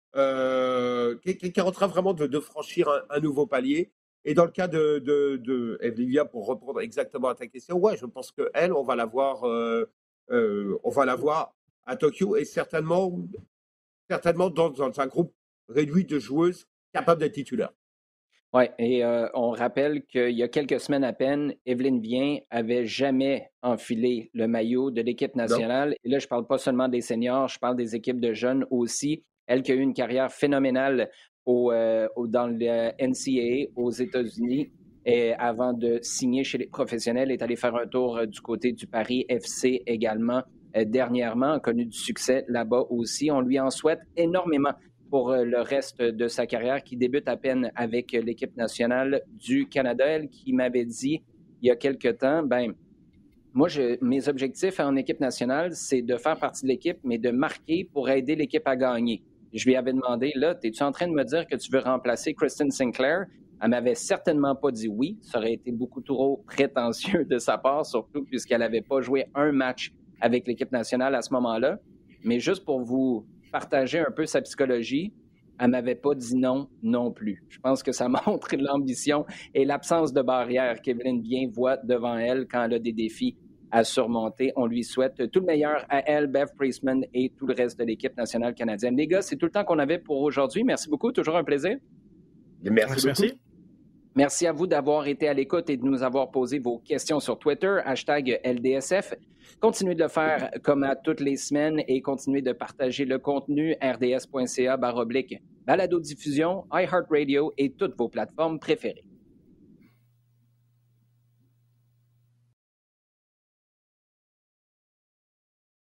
euh, qui, qui est en train vraiment de, de franchir un, un nouveau palier. Et dans le cas de, de, de Evelyne, pour répondre exactement à ta question, ouais, je pense qu'elle, on va la voir, euh, euh, on va la voir à Tokyo et certainement, certainement dans, dans un groupe réduit de joueuses capables d'être titulaires. Oui, et euh, on rappelle qu'il y a quelques semaines à peine, Evelyne Viens avait jamais enfilé le maillot de l'équipe nationale. Non. Et là, je ne parle pas seulement des seniors, je parle des équipes de jeunes aussi. Elle qui a eu une carrière phénoménale au, euh, au, dans le N C A A aux États-Unis et avant de signer chez les professionnels, est allée faire un tour euh, du côté du Paris F C également euh, dernièrement, a connu du succès là-bas aussi. On lui en souhaite énormément pour euh, le reste de sa carrière qui débute à peine avec l'équipe nationale du Canada. Elle qui m'avait dit il y a quelque temps, ben moi, je, mes objectifs en équipe nationale, c'est de faire partie de l'équipe, mais de marquer pour aider l'équipe à gagner. Je lui avais demandé, là, es-tu en train de me dire que tu veux remplacer Christine Sinclair? Elle m'avait certainement pas dit oui. Ça aurait été beaucoup trop prétentieux de sa part, surtout puisqu'elle n'avait pas joué un match avec l'équipe nationale à ce moment-là. Mais juste pour vous partager un peu sa psychologie, elle m'avait pas dit non non plus. Je pense que ça montre l'ambition et l'absence de barrière qu'Evelyne Viens voit devant elle quand elle a des défis à surmonter. On lui souhaite tout le meilleur à elle, Bev Priestman et tout le reste de l'équipe nationale canadienne. Les gars, c'est tout le temps qu'on avait pour aujourd'hui. Merci beaucoup. Toujours un plaisir. Merci, merci. Merci. Merci à vous d'avoir été à l'écoute et de nous avoir posé vos questions sur Twitter, hashtag L D S F. Continuez de le faire comme à toutes les semaines et continuez de partager le contenu r d s point c a barre oblique balado-diffusion, iHeartRadio et toutes vos plateformes préférées.